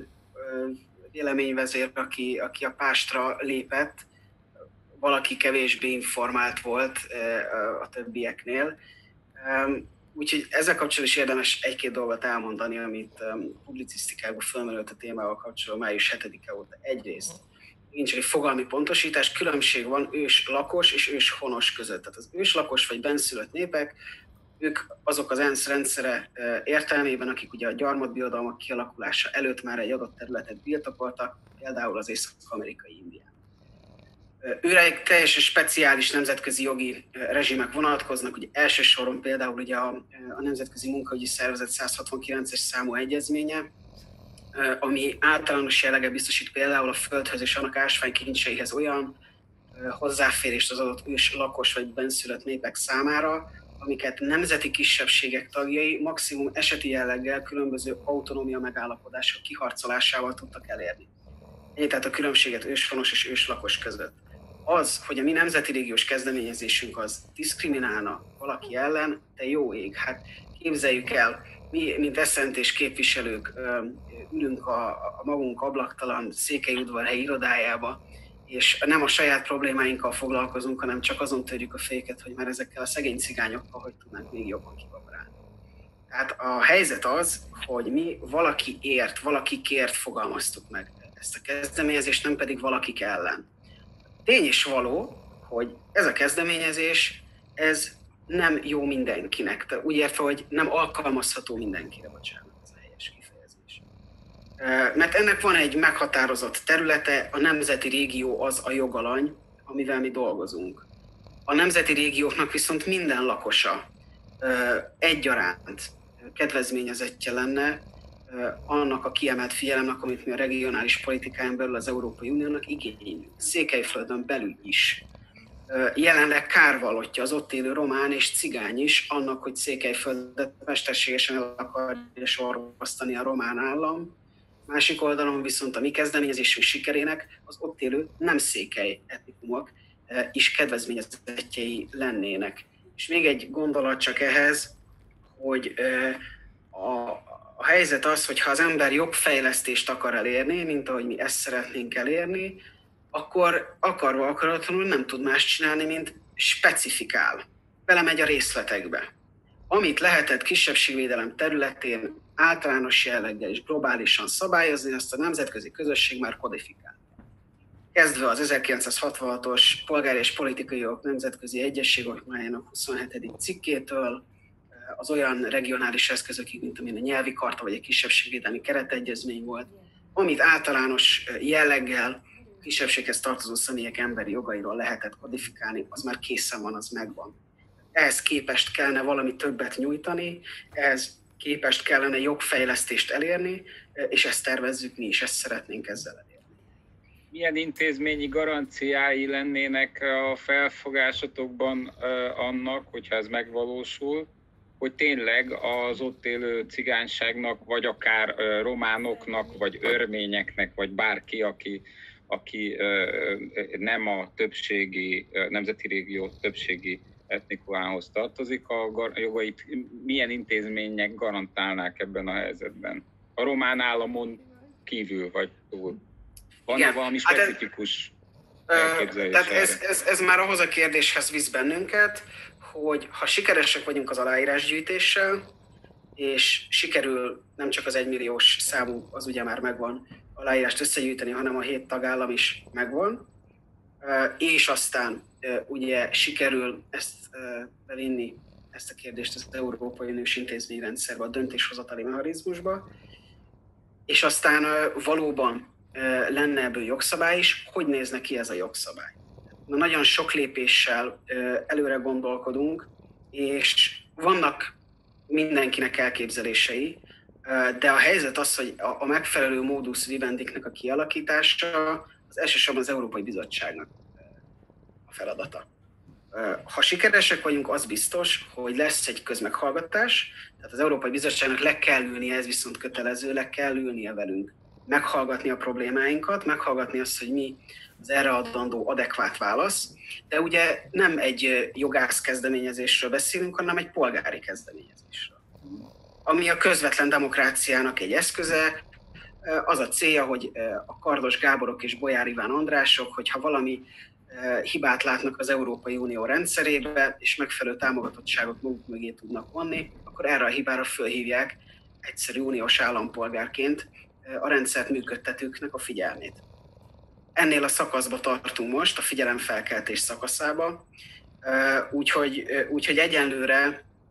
véleményvezér, aki, aki a pástra lépett, valaki kevésbé informált volt ö, a többieknél. Ö, Úgyhogy ezzel kapcsolatban is érdemes egy-két dolgot elmondani, amit um, publicisztikában felmerült a témával kapcsolatban május hetedike óta. Egyrészt nincs egy fogalmi pontosítás, különbség van ős lakos és ős honos között. Tehát az ős lakos vagy bennszülött népek Ők azok az ENSZ rendszere értelmében, akik ugye a gyarmatbirodalmak kialakulása előtt már egy adott területet birtokoltak, például az észak-amerikai Indián. Őre teljesen speciális nemzetközi jogi rezsimek vonatkoznak, ugye elsősoron például ugye a, a Nemzetközi Munkaügyi Szervezet száz hatvankilences számú egyezménye, ami általános jellege biztosít például a földhöz és annak ásványkincseihez olyan hozzáférést az adott ős lakos vagy benszülött népek számára, amiket nemzeti kisebbségek tagjai maximum eseti jelleggel különböző autonómia megállapodások kiharcolásával tudtak elérni. Ennyi tehát a különbséget őshonos és őslakos között. Az, hogy a mi nemzeti régiós kezdeményezésünk az diszkriminálna valaki ellen, de jó ég. Hát képzeljük el, mi, mint eszentés képviselők ülünk a, a magunk ablaktalan Székelyudvarhelyi irodájába, és nem a saját problémáinkkal foglalkozunk, hanem csak azon törjük a féket, hogy már ezekkel a szegény cigányokkal hogy tudnánk még jobban kibabrálni. Tehát a helyzet az, hogy mi valakiért, valakikért fogalmaztuk meg ezt a kezdeményezést, nem pedig valakik ellen. Tény is való, hogy ez a kezdeményezés, ez nem jó mindenkinek. De úgy értve, hogy nem alkalmazható mindenkire, bocsánat, ez a helyes kifejezés. Mert ennek van egy meghatározott területe, a nemzeti régió az a jogalany, amivel mi dolgozunk. A nemzeti régióknak viszont minden lakosa egyaránt kedvezményezettje lenne annak a kiemelt figyelemnek, amit mi a regionális politikáján belül az Európai Uniónak igénylünk. Székelyföldön belül is. Jelenleg kárvallottja az ott élő román és cigány is annak, hogy Székelyföldet mesterségesen el akarja sorvasztani a román állam. Másik oldalon viszont a mi kezdeményezésünk sikerének az ott élő nem székely etnikumok is kedvezményezettjei lennének. És még egy gondolat csak ehhez, hogy a A helyzet az, hogy ha az ember jobb fejlesztést akar elérni, mint ahogy mi ezt szeretnénk elérni, akkor akarva akaratlanul nem tud más csinálni, mint specifikál. Belemegy a részletekbe. Amit lehetett kisebbségvédelem területén általános jelleggel és globálisan szabályozni, azt a nemzetközi közösség már kodifikál. Kezdve az ezerkilencszázhatvanhatos Polgári és Politikai Jogok Nemzetközi Egyezség Okmányának huszonhetedik cikkétől, az olyan regionális eszközökig, mint amilyen a nyelvi karta vagy a kisebbségvédelmi keretegyezmény volt, amit általános jelleggel kisebbséghez tartozó személyek emberi jogairól lehetett kodifikálni, az már készen van, az megvan. Ehhez képest kellene valami többet nyújtani, ehhez képest kellene jogfejlesztést elérni, és ezt tervezzük mi is, ezt szeretnénk ezzel elérni. Milyen intézményi garanciái lennének a felfogásotokban annak, hogyha ez megvalósul, hogy tényleg az ott élő cigányságnak, vagy akár románoknak, vagy örményeknek, vagy bárki, aki, aki nem a többségi, nemzeti régió többségi etnikumához tartozik, a jogait milyen intézmények garantálnák ebben a helyzetben? A román államon kívül vagy túl? Van-e valami specifikus elképzelés? Tehát ez, ez, ez már ahhoz a kérdéshez visz bennünket, hogy ha sikeresek vagyunk az aláírásgyűjtéssel, és sikerül nem csak az egymilliós számú, az ugye már megvan, aláírást összegyűjteni, hanem a hét tagállam is megvan, és aztán ugye sikerül ezt bevinni, ezt a kérdést az Európai Uniós intézményrendszerbe, a döntéshozatali mechanizmusba, és aztán valóban lenne ebből jogszabály is, hogy néz neki ez a jogszabály. Na, nagyon sok lépéssel előre gondolkodunk, és vannak mindenkinek elképzelései, de a helyzet az, hogy a megfelelő modus vivendiknek a kialakítása az elsősorban az Európai Bizottságnak a feladata. Ha sikeresek vagyunk, az biztos, hogy lesz egy közmeghallgatás, tehát az Európai Bizottságnak le kell ülnie, ez viszont kötelező, le kell ülnie velünk, meghallgatni a problémáinkat, meghallgatni azt, hogy mi az erre adandó adekvát válasz, de ugye nem egy jogász kezdeményezésről beszélünk, hanem egy polgári kezdeményezésről. Ami a közvetlen demokráciának egy eszköze, az a célja, hogy a Kardos Gáborok és Bolyár Iván Andrások, hogyha valami hibát látnak az Európai Unió rendszerébe, és megfelelő támogatottságot maguk mögé tudnak vonni, akkor erre a hibára fölhívják egyszerű uniós állampolgárként a rendszert működtetőknek a figyelmét. Ennél a szakaszba tartunk most, a figyelemfelkeltés szakaszába, úgyhogy, úgyhogy egyenlőre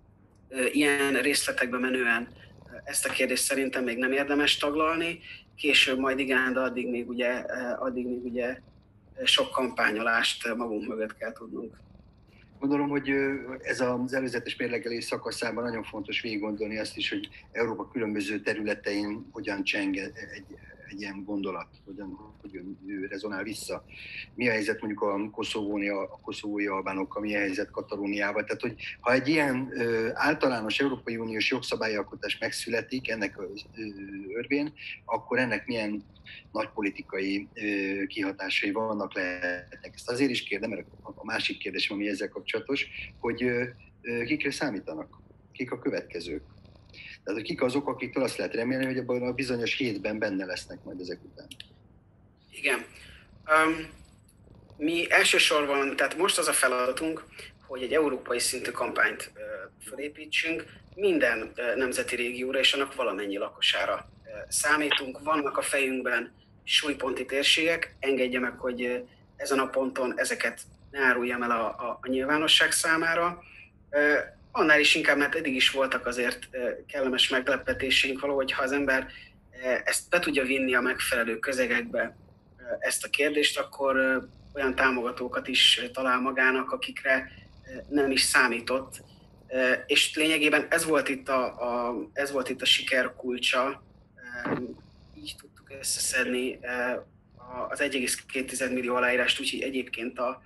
ilyen részletekbe menően ezt a kérdést szerintem még nem érdemes taglalni, később majd igen, de addig még ugye, addig még ugye sok kampányolást magunk mögött kell tudnunk. Gondolom, hogy ez az előzetes mérlegelés szakaszában nagyon fontos végig gondolni azt is, hogy Európa különböző területein hogyan cseng egy, egy ilyen gondolat, hogyan, hogyan rezonál vissza. Mi a helyzet mondjuk a koszovói, a koszovói albánokkal, mi a helyzet Katalóniával. Tehát, hogy ha egy ilyen ö, általános Európai Uniós jogszabályalkotás megszületik ennek az örvén, akkor ennek milyen nagy politikai ö, kihatásai vannak, lehetnek. Ezt azért is kérdem, mert a másik kérdésem, ami ezzel kapcsolatos, hogy ö, ö, kikre számítanak, kik a következők. Tehát, hogy kik azok, akiktől azt lehet remélni, hogy abban a bizonyos hétben benne lesznek majd ezek után. Igen. Um, mi elsősorban, tehát most az a feladatunk, hogy egy európai szintű kampányt uh, felépítsünk, minden uh, nemzeti régióra és annak valamennyi lakosára uh, számítunk. Vannak a fejünkben súlyponti térségek, engedje meg, hogy uh, ezen a ponton ezeket ne áruljam el a, a, a nyilvánosság számára. Uh, Annál is inkább, mert eddig is voltak azért kellemes meglepetéseink valahogy, ha az ember ezt be tudja vinni a megfelelő közegekbe ezt a kérdést, akkor olyan támogatókat is talál magának, akikre nem is számított. És lényegében ez volt itt a, a, ez volt itt a siker kulcsa. Így tudtuk összeszedni az egy egész két millió aláírást, úgyhogy egyébként a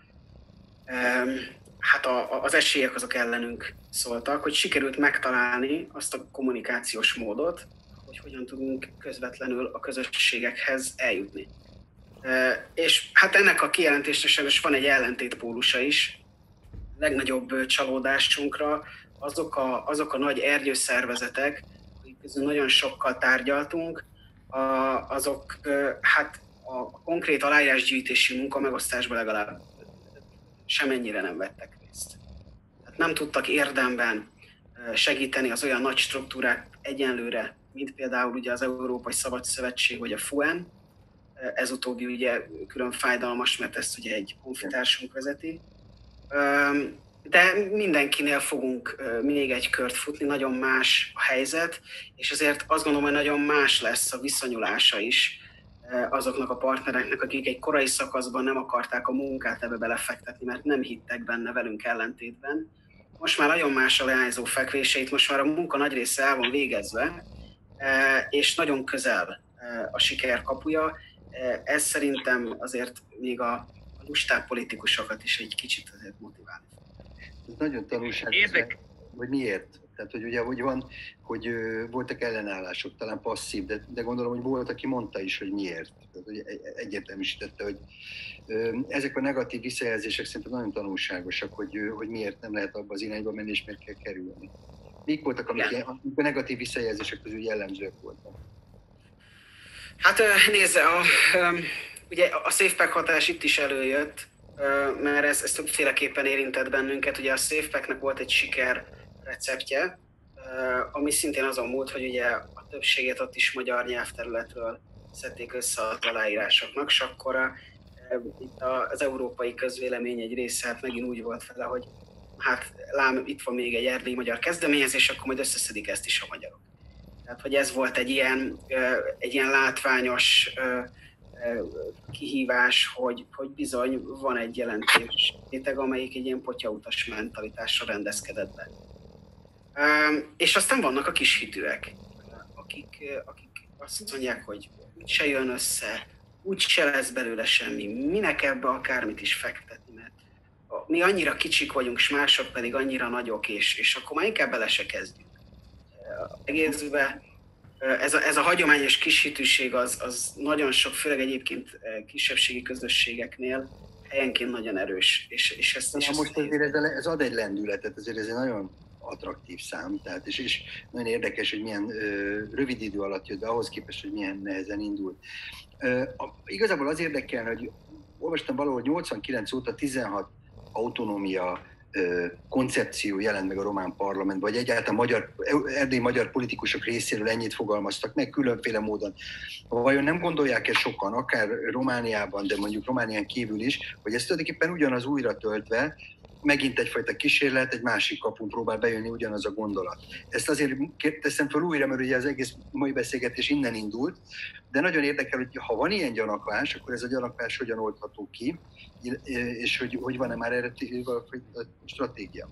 hát a, az esélyek azok ellenünk szóltak, hogy sikerült megtalálni azt a kommunikációs módot, hogy hogyan tudunk közvetlenül a közösségekhez eljutni. E, és hát ennek a kijelentésnek sajnos van egy ellentétpólusa is. A legnagyobb csalódásunkra azok a, azok a nagy ernyőszervezetek, akik közül nagyon sokkal tárgyaltunk, a, azok hát a konkrét aláírásgyűjtési munka megosztásban legalább semennyire nem vettek részt. Tehát nem tudtak érdemben segíteni az olyan nagy struktúrák egyenlőre, mint például ugye az Európai Szabad Szövetség vagy a ef u en. Ez utóbbi ugye külön fájdalmas, mert ezt ugye egy honfitársunk vezeti. De mindenkinél fogunk még egy kört futni, nagyon más a helyzet, és azért azt gondolom, hogy nagyon más lesz a viszonyulása is azoknak a partnereknek, akik egy korai szakaszban nem akarták a munkát ebbe belefektetni, mert nem hittek benne velünk ellentétben. Most már nagyon más a leányzó fekvéseit, most már a munka nagy része el van végezve, és nagyon közel a siker kapuja. Ez szerintem azért még a lustább politikusokat is egy kicsit azért motiválni. Ez nagyon tanulságos, hogy miért? Tehát, hogy ugye hogy van, hogy ö, voltak ellenállások, talán passzív, de, de gondolom, hogy volt, aki mondta is, hogy miért. Tehát, hogy egyértelműsítette, hogy ö, ezek a negatív visszajelzések szerintem nagyon tanulságosak, hogy, ö, hogy miért nem lehet abba az irányba menni, és miért kell kerülni. Mik voltak, amik a negatív visszajelzések közül jellemzők voltak? Hát nézze, a, ugye a SafePack hatás itt is előjött, mert ez, ez többféleképpen érintett bennünket. Ugye a SafePacknek volt egy siker receptje, ami szintén azon múlt, hogy ugye a többségét ott is magyar nyelvterületről szedték össze az aláírásoknak, és akkor a, itt az európai közvélemény egy része hát megint úgy volt vele, hogy hát lám, itt van még egy erdélyi magyar kezdeményezés, akkor majd összeszedik ezt is a magyarok. Tehát, hogy ez volt egy ilyen, egy ilyen látványos kihívás, hogy, hogy bizony van egy jelentős réteg, amelyik egy ilyen potyautas mentalitásra rendezkedett be. És aztán vannak a kis hitűek, akik, akik azt mondják, hogy úgyse jön össze, úgyse lesz belőle semmi, minek ebbe akármit is fektetni, mert mi annyira kicsik vagyunk, és mások pedig annyira nagyok, és, és akkor már inkább bele se kezdjük. Egészben ez a, ez a hagyományos kishitűség az, az nagyon sok, főleg egyébként kisebbségi közösségeknél helyenként nagyon erős. És, és ezt, és most azért ez, ez ad egy lendületet, azért ez egy nagyon attraktív szám, tehát, és, és nagyon érdekes, hogy milyen ö, rövid idő alatt jött, de ahhoz képest, hogy milyen nehezen indult. Ö, a, igazából az érdekelne, hogy olvastam valahol nyolcvankilenc óta tizenhat autonómia ö, koncepció jelent meg a román parlamentben, vagy egyáltalán magyar, erdélyi magyar politikusok részéről ennyit fogalmaztak meg különféle módon. Vajon nem gondolják-e sokan, akár Romániában, de mondjuk Románián kívül is, hogy ez tulajdonképpen ugyanaz újra töltve, megint egyfajta kísérlet, egy másik kapun próbál bejönni ugyanaz a gondolat. Ezt azért teszem fel újra, mert ugye az egész mai beszélgetés innen indult, de nagyon érdekel, hogy ha van ilyen gyanakvás, akkor ez a gyanakvás hogyan oldható ki, és hogy, hogy van-e már erre stratégia.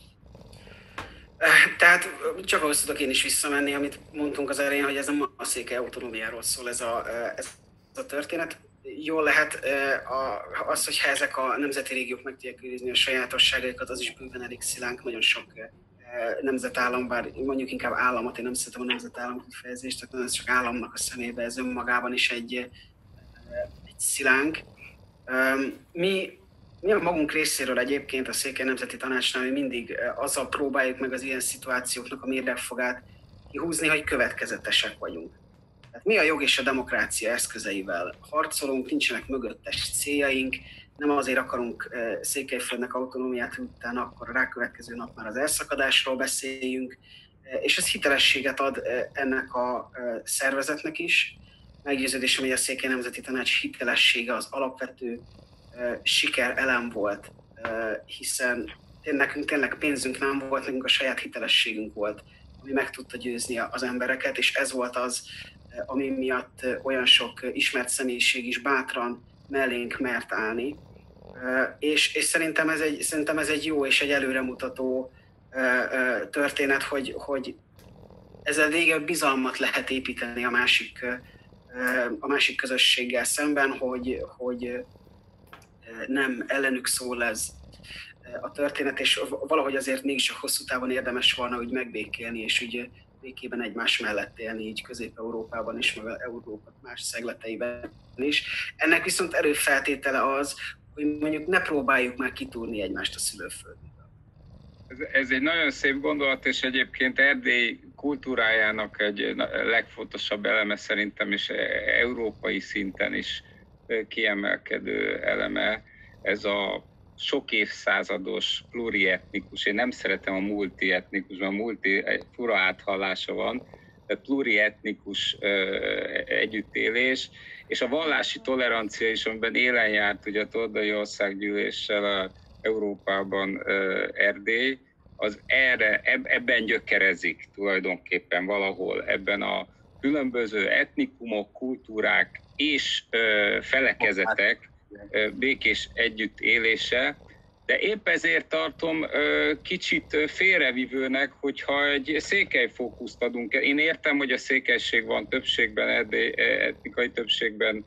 Tehát csak ahhoz tudok én is visszamenni, amit mondtunk az elején, hogy ez a székely autonómiáról szól ez a, ez a történet. Jól lehet az, hogyha ezek a nemzeti régiók meg tudják őrizni a sajátosságaikat, az is bőven elég szilánk, nagyon sok nemzetállam, bár mondjuk inkább államot, én nem szeretem a nemzetállam kifejezést, tehát ez csak államnak a szemébe, ez önmagában is egy, egy szilánk. Mi, mi a magunk részéről egyébként a Székely Nemzeti Tanácsnál mi mindig azzal próbáljuk meg az ilyen szituációknak a mérlegfogát kihúzni, hogy következetesek vagyunk. Tehát mi a jog és a demokrácia eszközeivel harcolunk, nincsenek mögöttes céljaink, nem azért akarunk Székelyföldnek autonómiát, utána akkor a rákövetkező nap már az elszakadásról beszéljünk, és ez hitelességet ad ennek a szervezetnek is. Meggyőződésem, hogy a Székely Nemzeti Tanács hitelessége az alapvető siker elem volt, hiszen nekünk tényleg pénzünk nem volt, nekünk a saját hitelességünk volt, ami meg tudta győzni az embereket, és ez volt az, ami miatt olyan sok ismert személyiség is bátran mellénk mert állni. És, és szerintem, ez egy, szerintem ez egy jó és egy előremutató történet, hogy, hogy ezzel végül bizalmat lehet építeni a másik, a másik közösséggel szemben, hogy, hogy nem ellenük szól ez a történet, és valahogy azért mégis a hosszú távon érdemes volna úgy megbékélni, és úgy békében egymás mellett élni, így Közép-Európában is, meg Európa más szegleteiben is. Ennek viszont előfeltétele az, hogy mondjuk ne próbáljuk már kitúrni egymást a szülőföldből. Ez, ez egy nagyon szép gondolat, és egyébként Erdély kultúrájának egy legfontosabb eleme szerintem, és európai szinten is kiemelkedő eleme, ez a sok évszázados plurietnikus, én nem szeretem a multietnikus, mert a multi egy fura áthallása van, de plurietnikus együttélés, és a vallási tolerancia is, amiben élen járt ugye a Toldai Országgyűléssel a Európában Erdély, az erre, ebben gyökerezik tulajdonképpen valahol, ebben a különböző etnikumok, kultúrák és felekezetek békés együttélése, de épp ezért tartom kicsit félrevívőnek, hogyha egy székely fókuszt adunk. Én értem, hogy a székelység van többségben, Erdély, etnikai többségben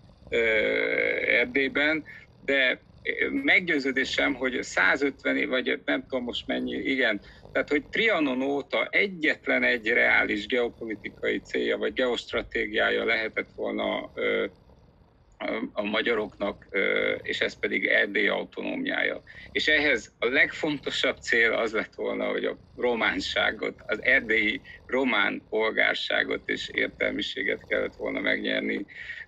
Erdélyben, de meggyőződésem, hogy százötven év, vagy nem tudom most mennyi, igen, tehát hogy Trianon óta egyetlen egy reális geopolitikai célja, vagy geostratégiája lehetett volna a magyaroknak, és ez pedig Erdély autonómiája. És ehhez a legfontosabb cél az lett volna, hogy a románságot, az erdélyi román polgárságot és értelmiséget kellett volna megnyerni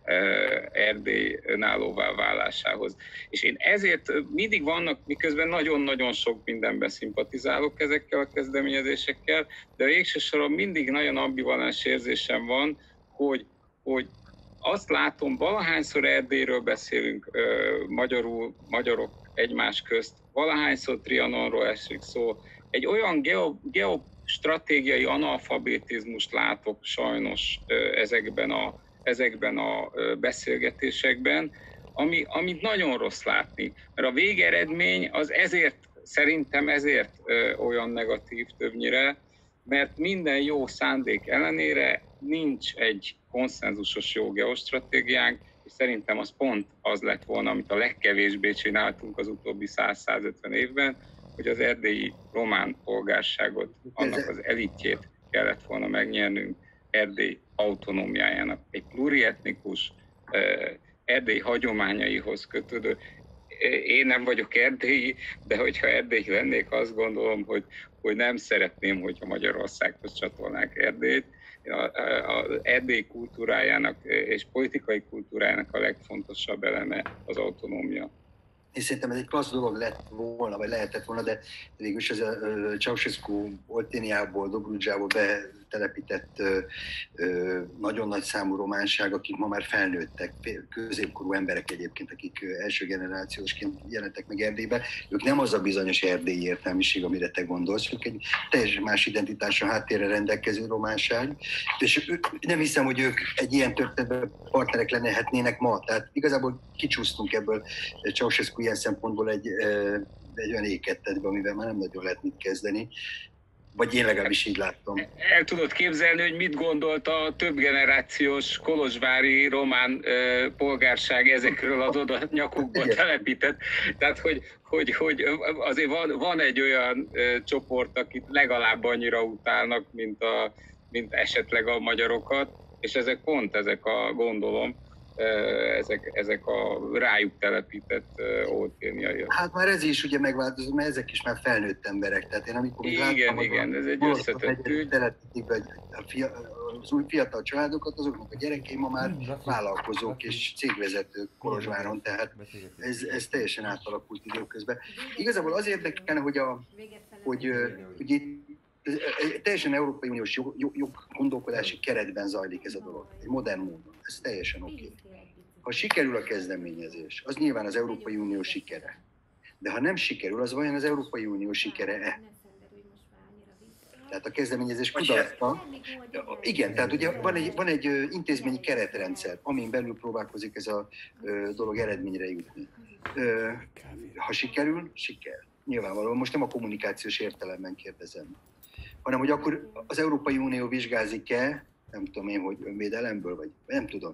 Erdély önállóvá válásához. És én ezért mindig vannak, miközben nagyon-nagyon sok mindenben szimpatizálok ezekkel a kezdeményezésekkel, de végső soron mindig nagyon ambivalens érzésem van, hogy, hogy azt látom, valahányszor Erdélyről beszélünk magyarul, magyarok egymás közt, valahányszor Trianonról esik szó, egy olyan geo, geostratégiai analfabetizmust látok sajnos ezekben a, ezekben a beszélgetésekben, ami, amit nagyon rossz látni. Mert a végeredmény az ezért, szerintem ezért olyan negatív többnyire, mert minden jó szándék ellenére nincs egy konszenzusos jó geostratégiánk, és szerintem az pont az lett volna, amit a legkevésbé csináltunk az utóbbi száz-százötven évben, hogy az erdélyi román polgárságot, annak az elitjét kellett volna megnyernünk, Erdély autonómiájának. Egy plurietnikus, Erdély hagyományaihoz kötődő. Én nem vagyok erdélyi, de hogyha erdélyi lennék, azt gondolom, hogy, hogy nem szeretném, hogyha Magyarországhoz csatolnák Erdélyt. Az Erdély kultúrájának és politikai kultúrájának a legfontosabb eleme az autonómia. Én szerintem ez egy klassz dolog lett volna, vagy lehetett volna, de végülis ez a Ceausescu Olténiából, Dobrudzsából telepített ö, ö, nagyon nagy számú románság, akik ma már felnőttek, középkorú emberek egyébként, akik első generációsként jelentek meg Erdélybe, ők nem az a bizonyos erdélyi értelmiség, amire te gondolsz, ők egy teljesen más identitásra, háttérre rendelkező románság, és nem hiszem, hogy ők egy ilyen történetben partnerek lennének ma, tehát igazából kicsúsztunk ebből Ceausescu ilyen szempontból egy, egy olyan ékettetbe, amivel már nem nagyon lehet mit kezdeni. Vagy én legalábbis így láttam. El tudod képzelni, hogy mit gondolt a több generációs kolozsvári román ö, polgárság ezekről az oda nyakukba telepített. Tehát, hogy, hogy, hogy azért van, van egy olyan ö, csoport, akit legalább annyira utálnak, mint, a, mint esetleg a magyarokat, és ezek pont ezek a, gondolom, Ezek, ezek a rájuk telepített olténiaiak. Hát már ez is ugye megváltozott, mert ezek is már felnőtt emberek. Tehát én amikor igen, láttam, igen, ez egy összetett ügy. Telepítik az új fiatal családokat, azoknak a gyerekei ma már vállalkozók és cégvezetők Kolozsváron, tehát ez, ez teljesen átalakult időközben. Igazából az érdekelne, hogy, a, hogy, hogy itt teljesen Európai Uniós jog, jog, jog gondolkodási keretben zajlik ez a dolog, egy modern módon. Ez teljesen oké. Okay. Ha sikerül a kezdeményezés, az nyilván az Európai Unió sikere. De ha nem sikerül, az vajon az Európai Unió sikere-e? Tehát a kezdeményezés kudarca. Igen, tehát ugye van egy, van egy intézményi keretrendszer, amin belül próbálkozik ez a dolog eredményre jutni. Ha sikerül, siker. Nyilvánvalóan most nem a kommunikációs értelemben kérdezem, hanem hogy akkor az Európai Unió vizsgázik-e, nem tudom én, hogy önvédelemből, vagy nem tudom.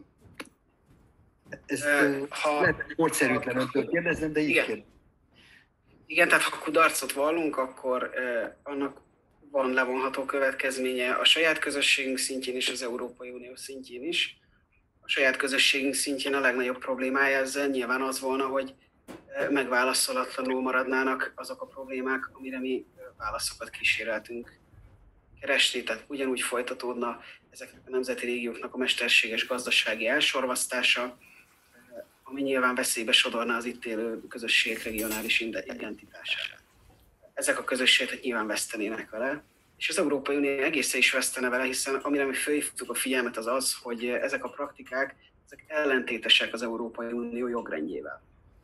Ez ha, lehet módszerűtlen öntől kérdezem, de így igen. kérdezem. Igen, tehát ha kudarcot vallunk, akkor eh, annak van levonható következménye a saját közösségünk szintjén és az Európai Unió szintjén is. A saját közösségünk szintjén a legnagyobb problémája ezzel nyilván az volna, hogy eh, megválaszolatlanul maradnának azok a problémák, amire mi válaszokat kíséreltünk keresni, tehát ugyanúgy folytatódna ezeknek a nemzeti régióknak a mesterséges gazdasági elsorvasztása, ami nyilván veszélybe sodorná az itt élő közösségek regionális identitását. Ezek a közösségek nyilván vesztenének vele, és az Európai Unió egészen is vesztene vele, hiszen amire mi fölhívtuk a figyelmet az az, hogy ezek a praktikák ezek ellentétesek az Európai Unió jogrendjével.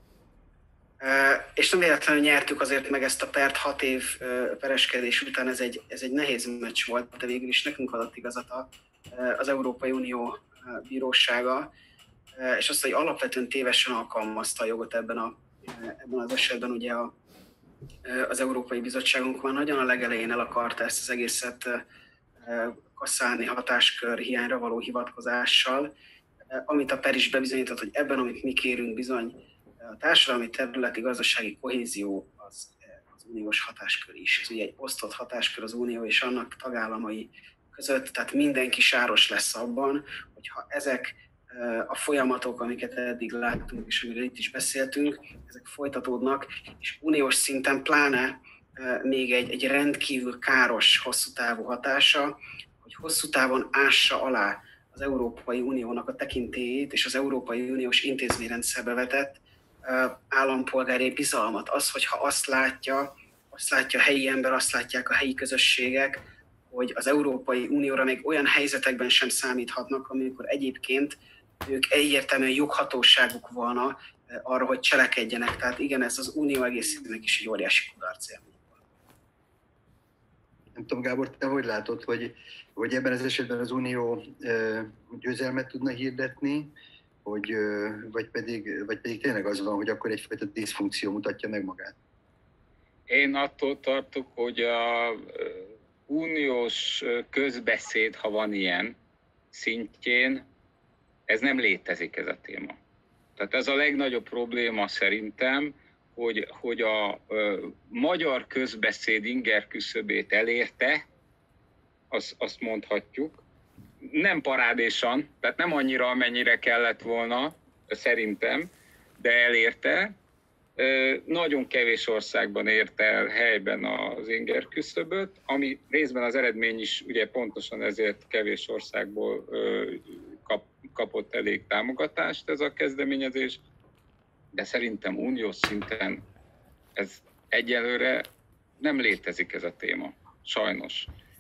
És nem véletlenül nyertük azért meg ezt a pert hat év pereskedés után, ez egy, ez egy nehéz meccs volt, de végül is nekünk adott igazat az Európai Unió bírósága, és azt, hogy alapvetően tévesen alkalmazta a jogot ebben, a, ebben az esetben, ugye a, az Európai Bizottságunk már nagyon a legelején el akarta ezt az egészet kasszálni hatáskör hiányra való hivatkozással, amit a per is bebizonyított, hogy ebben, amit mi kérünk bizony, a társadalmi területi gazdasági kohézió az, az uniós hatáskör is. Ez ugye egy osztott hatáskör az unió és annak tagállamai között, tehát mindenki sáros lesz abban, hogyha ezek a folyamatok, amiket eddig láttunk, és amiről itt is beszéltünk, ezek folytatódnak, és uniós szinten pláne még egy, egy rendkívül káros, hosszú távú hatása, hogy hosszú távon ássa alá az Európai Uniónak a tekintélyét és az Európai Uniós intézményrendszerbe vetett állampolgári bizalmat. Az, hogyha azt látja, azt látja a helyi ember, azt látják a helyi közösségek, hogy az Európai Unióra még olyan helyzetekben sem számíthatnak, amikor egyébként ők egyértelműen joghatóságuk volna arra, hogy cselekedjenek. Tehát igen, ez az unió egészének is egy óriási kudarc élmény. Nem tudom, Gábor, te hogy látod, hogy, hogy ebben az esetben az unió győzelmet tudna hirdetni, hogy, vagy, pedig, vagy pedig tényleg az van, hogy akkor egyfajta diszfunkció mutatja meg magát? Én attól tartok, hogy a uniós közbeszéd, ha van ilyen szintjén, ez nem létezik, ez a téma. Tehát ez a legnagyobb probléma szerintem, hogy, hogy a, a magyar közbeszéd inger küszöbét elérte, az, azt mondhatjuk, nem parádésan, tehát nem annyira, amennyire kellett volna, szerintem, de elérte. Nagyon kevés országban érte el helyben az inger küszöböt, ami részben az eredmény is ugye pontosan ezért kevés országból kap, kapott elég támogatást ez a kezdeményezés, de szerintem uniós szinten ez egyelőre nem létezik ez a téma, sajnos.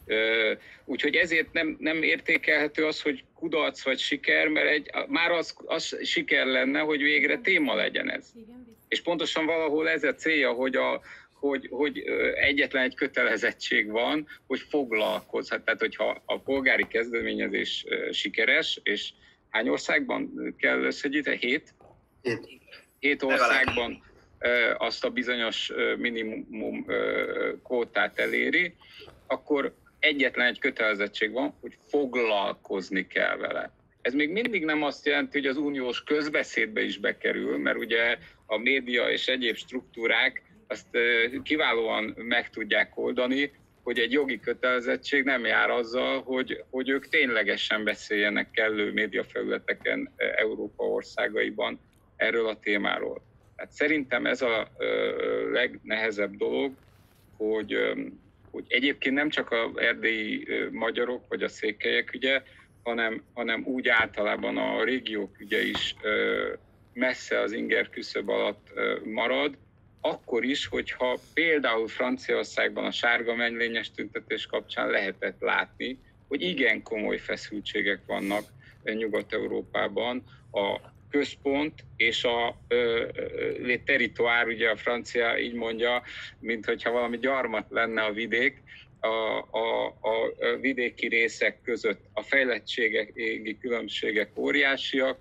Úgyhogy ezért nem, nem értékelhető az, hogy kudarc vagy siker, mert egy, már az, az siker lenne, hogy végre téma legyen ez. És pontosan valahol ez a célja, hogy, a, hogy, hogy egyetlen egy kötelezettség van, hogy foglalkozhat. Tehát, hogyha a polgári kezdeményezés sikeres, és hány országban kell összegyűjteni? Hét? Hét. Hét országban azt a bizonyos minimum kvótát eléri, akkor egyetlen egy kötelezettség van, hogy foglalkozni kell vele. Ez még mindig nem azt jelenti, hogy az uniós közbeszédbe is bekerül, mert ugye a média és egyéb struktúrák azt kiválóan meg tudják oldani, hogy egy jogi kötelezettség nem jár azzal, hogy, hogy ők ténylegesen beszéljenek kellő médiafelületeken Európa országaiban erről a témáról. Hát szerintem ez a legnehezebb dolog, hogy, hogy egyébként nem csak az erdélyi magyarok vagy a székelyek ügye, hanem, hanem úgy általában a régiók ügye is messze az inger küszöb alatt marad, akkor is, hogyha például Franciaországban a sárga mennylényes tüntetés kapcsán lehetett látni, hogy igen komoly feszültségek vannak Nyugat-Európában a központ és a le territoire, ugye a francia így mondja, mint hogyha valami gyarmat lenne a vidék, a, a, a vidéki részek között a fejlettségi különbségek óriásiak,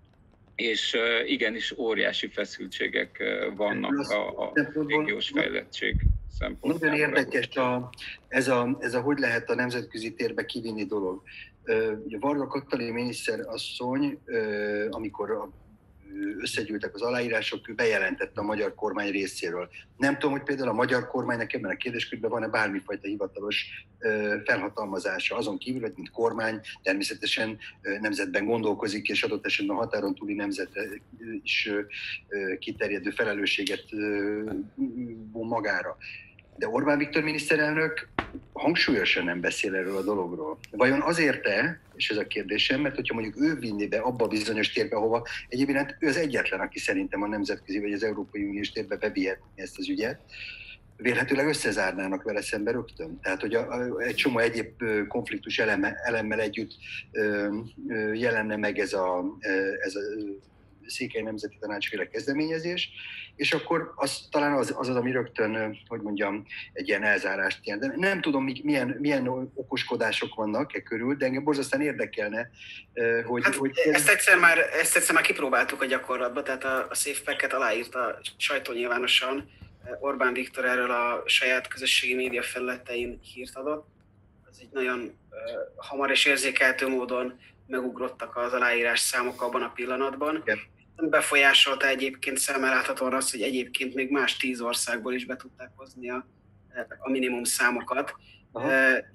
és igenis óriási feszültségek vannak a, a régiós fejlettség szempontjából. Nagyon érdekes a, ez, a, ez a hogy lehet a nemzetközi térbe kivinni dolog. Ugye Varga Katalin miniszterasszony, amikor összegyűltek az aláírások, ő bejelentette a magyar kormány részéről. Nem tudom, hogy például a magyar kormánynak ebben a kérdéskörben van-e bármifajta hivatalos felhatalmazása, azon kívül, hogy mint kormány természetesen nemzetben gondolkozik, és adott esetben a határon túli nemzetre is kiterjedő felelősséget von magára. De Orbán Viktor miniszterelnök hangsúlyosan nem beszél erről a dologról. Vajon azért-e, és ez a kérdésem, mert hogyha mondjuk ő vinné be abba a bizonyos térbe, ahova egyébként ő az egyetlen, aki szerintem a nemzetközi vagy az Európai Uniós térbe bevihetni ezt az ügyet, vélhetőleg összezárnának vele szembe rögtön. Tehát, hogy a, a, egy csomó egyéb konfliktus eleme, elemmel együtt ö, ö, jelenne meg ez a, ez a Székely Nemzeti Tanácsféle kezdeményezés, és akkor az talán az, az az, ami rögtön, hogy mondjam, egy ilyen elzárást jelent. De nem tudom, milyen, milyen okoskodások vannak e körül, de engem borzasztóan érdekelne, hogy... Hát hogy ezt, egyszer már, ezt egyszer már kipróbáltuk a gyakorlatban, tehát a, a SafePack-et aláírta sajtó nyilvánosan. Orbán Viktor erről a saját közösségi média felületein hírt adott. Ez egy nagyon uh, hamar és érzékeltő módon megugrottak az aláírás számok abban a pillanatban. Igen. Befolyásolta egyébként szemmel láthatóan azt, hogy egyébként még más tíz országból is be tudták hozni a, a minimum számokat. Aha.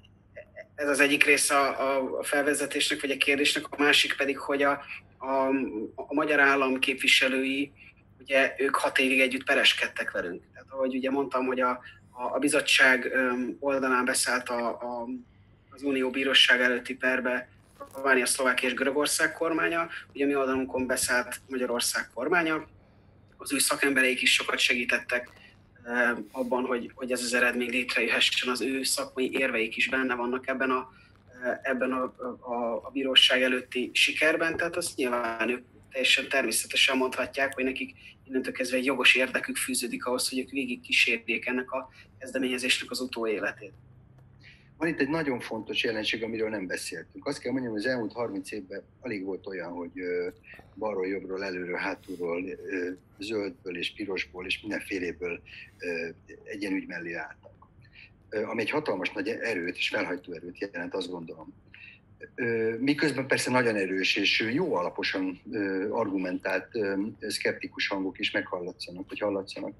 Ez az egyik része a, a felvezetésnek, vagy a kérdésnek, a másik pedig, hogy a, a, a magyar állam képviselői, ugye ők hat évig együtt pereskedtek velünk. Tehát ahogy ugye mondtam, hogy a, a, a bizottság oldalán beszállt a, a, az Unió bíróság előtti perbe Románia, Szlovákia és Görögország kormánya, ugye mi oldalunkon beszállt Magyarország kormánya. Az ő szakembereik is sokat segítettek eh, abban, hogy, hogy ez az eredmény létrejöhessen, az ő szakmai érveik is benne vannak ebben a, ebben a, a, a bíróság előtti sikerben, tehát azt nyilván ők teljesen természetesen mondhatják, hogy nekik innentől kezdve egy jogos érdekük fűződik ahhoz, hogy ők végig kísérjék ennek a kezdeményezésnek az utóéletét. Van itt egy nagyon fontos jelenség, amiről nem beszéltünk. Azt kell mondjam, hogy az elmúlt harminc évben alig volt olyan, hogy balról, jobbról, előről, hátulról, zöldből és pirosból és mindenféléből egy ilyen ügy mellé álltak. Ami egy hatalmas nagy erőt és felhajtó erőt jelent, azt gondolom. Miközben persze nagyon erős és jó alaposan argumentált szkeptikus hangok is meghallatszanak, vagy hallatszanak.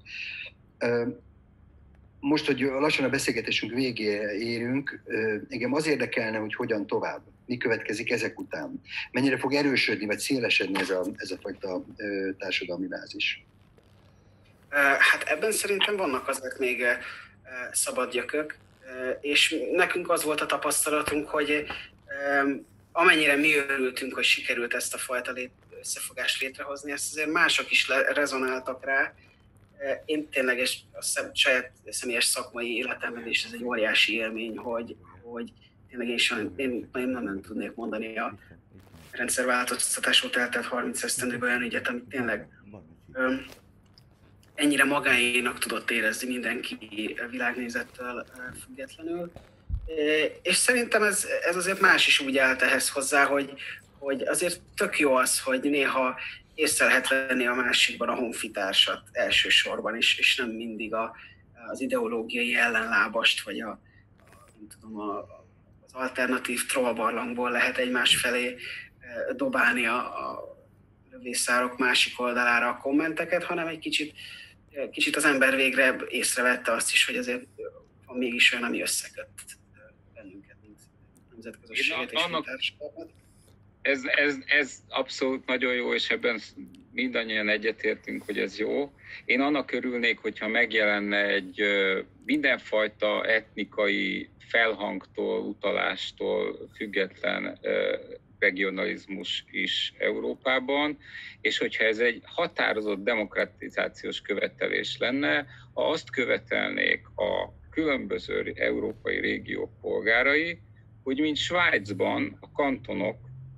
Most, hogy lassan a beszélgetésünk végére érünk, engem az érdekelne, hogy hogyan tovább. Mi következik ezek után? Mennyire fog erősödni, vagy szélesedni ez a, ez a fajta társadalmi bázis? Hát ebben szerintem vannak azért még szabad gyökök, és nekünk az volt a tapasztalatunk, hogy amennyire mi örültünk, hogy sikerült ezt a fajta lét, összefogást létrehozni, ezt azért mások is le, rezonáltak rá. Én tényleg a saját személyes szakmai életemben is ez egy óriási élmény, hogy, hogy tényleg én, sem, én, én nem, nem tudnék mondani a rendszerváltoztatás óta eltelt harminc esztendőben olyan ügyet, amit tényleg ö, ennyire magáénak tudott érezni mindenki világnézettől függetlenül. És szerintem ez, ez azért más is úgy állt ehhez hozzá, hogy, hogy azért tök jó az, hogy néha észre lehet venni a másikban a honfitársat elsősorban is, és nem mindig a, az ideológiai ellenlábast, vagy a, a, nem tudom, a, az alternatív trollbarlangból lehet egymás felé dobálni a, a lövészárok másik oldalára a kommenteket, hanem egy kicsit, kicsit az ember végre észrevette azt is, hogy azért van mégis olyan, ami összeköt bennünket, mint nemzetközösséget és mint társadalmat. Ez, ez, ez abszolút nagyon jó, és ebben mindannyian egyetértünk, hogy ez jó. Én annak örülnék, hogyha megjelenne egy mindenfajta etnikai felhangtól, utalástól független regionalizmus is Európában, és hogyha ez egy határozott demokratizációs követelés lenne, ha azt követelnék a különböző európai régiók polgárai, hogy mint Svájcban a kantonok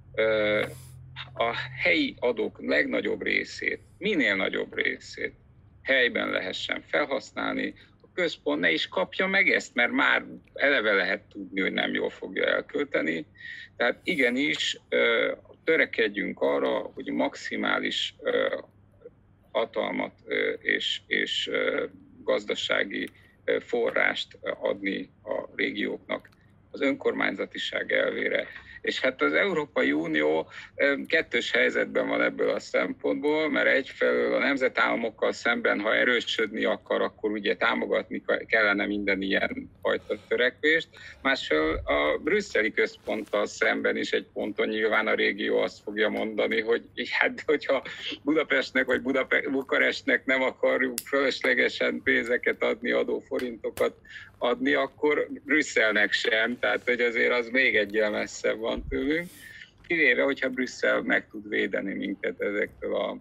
a helyi adók legnagyobb részét, minél nagyobb részét helyben lehessen felhasználni, a központ ne is kapja meg ezt, mert már eleve lehet tudni, hogy nem jól fogja elkölteni. Tehát igenis törekedjünk arra, hogy maximális hatalmat és, és gazdasági forrást adni a régióknak az önkormányzatiság elvére. És hát az Európai Unió kettős helyzetben van ebből a szempontból, mert egyfelől a nemzetállamokkal szemben, ha erősödni akar, akkor ugye támogatni kellene minden ilyen fajta törekvést. Másfelől a brüsszeli központtal szemben is egy ponton nyilván a régió azt fogja mondani, hogy hát hogyha Budapestnek vagy Budape- Bukarestnek nem akarjuk fölöslegesen pénzeket adni, adóforintokat adni, akkor Brüsszelnek sem, tehát hogy azért az még egyel messzebb van tőlünk, kivéve, hogyha Brüsszel meg tud védeni minket ezektől a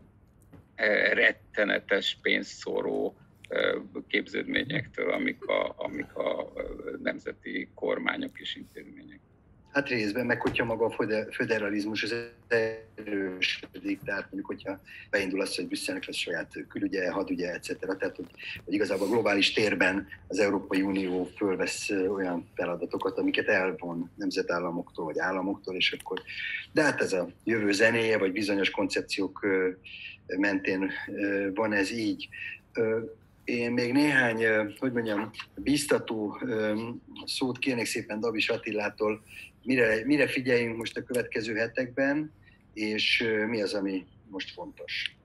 rettenetes pénzszóró képződményektől, amik a, amik a nemzeti kormányok és intézmények. Hát részben, meg hogyha maga a föderalizmus az erősödik, tehát mondjuk, hogyha beindul az, hogy Brüsszelnek lesz saját külügye, hadügye, et cetera. Tehát, hogy, hogy igazából a globális térben az Európai Unió fölvesz olyan feladatokat, amiket elvon nemzetállamoktól vagy államoktól, és akkor, de hát ez a jövő zenéje, vagy bizonyos koncepciók mentén van ez így. Én még néhány, hogy mondjam, bíztató szót kérnék szépen Dabis Attilától, mire, mire figyeljünk most a következő hetekben, és mi az, ami most fontos?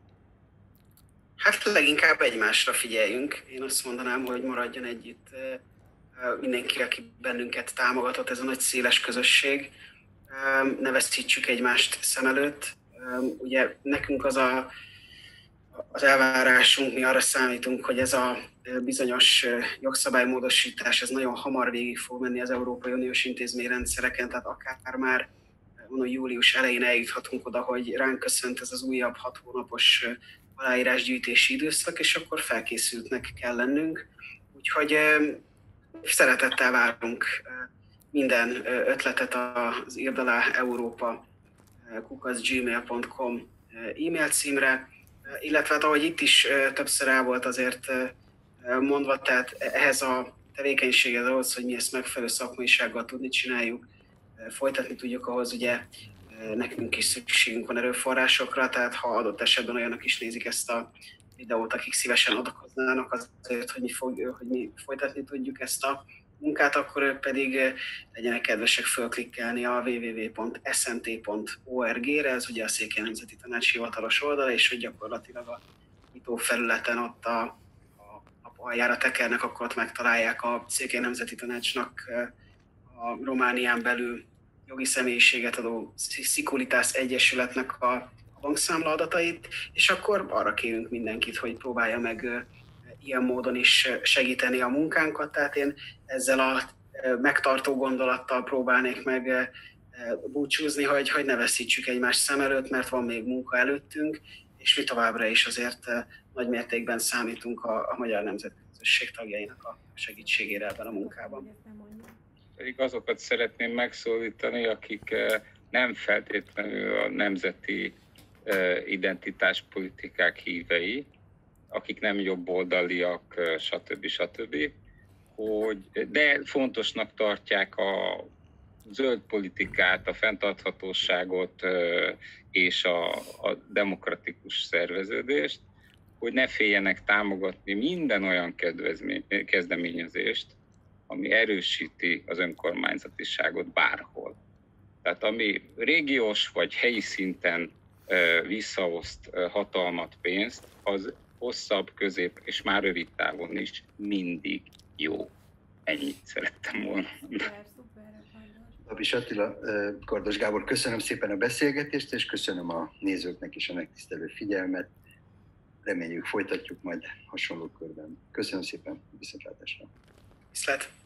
Hát leginkább egymásra figyeljünk. Én azt mondanám, hogy maradjon együtt mindenki, aki bennünket támogatott, ez a nagy széles közösség. Ne veszítsük egymást szem előtt. Ugye nekünk az a az elvárásunk, mi arra számítunk, hogy ez a bizonyos jogszabálymódosítás, ez nagyon hamar végig fog menni az Európai Uniós intézményrendszereken, tehát akár már mondom, július elején eljuthatunk oda, hogy ránk köszönt ez az újabb hat hónapos aláírásgyűjtési időszak, és akkor felkészültnek kell lennünk. Úgyhogy szeretettel várunk minden ötletet az irdalá Európa kukac gmail pont com e-mail címre, illetve hát, ahogy itt is többször el volt azért mondva, tehát ehhez a tevékenységhez ahhoz, hogy mi ezt megfelelő szakmaisággal tudni csináljuk, folytatni tudjuk, ahhoz ugye nekünk is szükségünk van erőforrásokra, tehát ha adott esetben olyanok is nézik ezt a videót, akik szívesen adakoznának azért, hogy mi, fog, hogy mi folytatni tudjuk ezt a munkát, akkor ők pedig legyenek kedvesek fölklikkelni a double-u double-u double-u pont s n t pont org-re, ez ugye a Székely Nemzeti Tanács hivatalos oldala, és hogy gyakorlatilag a nyitó felületen ott a, a, a aljára tekernek, akkor ott megtalálják a Székely Nemzeti Tanácsnak a Románián belül jogi személyiséget adó Szikulitász Egyesületnek a bankszámla adatait, és akkor arra kérünk mindenkit, hogy próbálja meg ilyen módon is segíteni a munkánkat. Tehát én ezzel a megtartó gondolattal próbálnék meg búcsúzni, hogy, hogy ne veszítsük egymást szem előtt, mert van még munka előttünk, és mi továbbra is azért nagy mértékben számítunk a, a magyar nemzetközösség tagjainak a segítségére ebben a munkában. pedig azokat szeretném megszólítani, akik nem feltétlenül a nemzeti identitáspolitikák hívei, akik nem jobboldaliak, stb. stb. Hogy, de fontosnak tartják a zöld politikát, a fenntarthatóságot és a, a demokratikus szerveződést, hogy ne féljenek támogatni minden olyan kezdeményezést, ami erősíti az önkormányzatiságot bárhol. Tehát ami régiós vagy helyi szinten visszaoszt hatalmat, pénzt, az hosszabb, közép és már rövid távon is mindig jó. Ennyit szerettem volna. Dabis Attila, Kardos Gábor, köszönöm szépen a beszélgetést, és köszönöm a nézőknek is a megtisztelő figyelmet. Reméljük folytatjuk majd hasonló körben. Köszönöm szépen, viszontlátásra. Viszlát.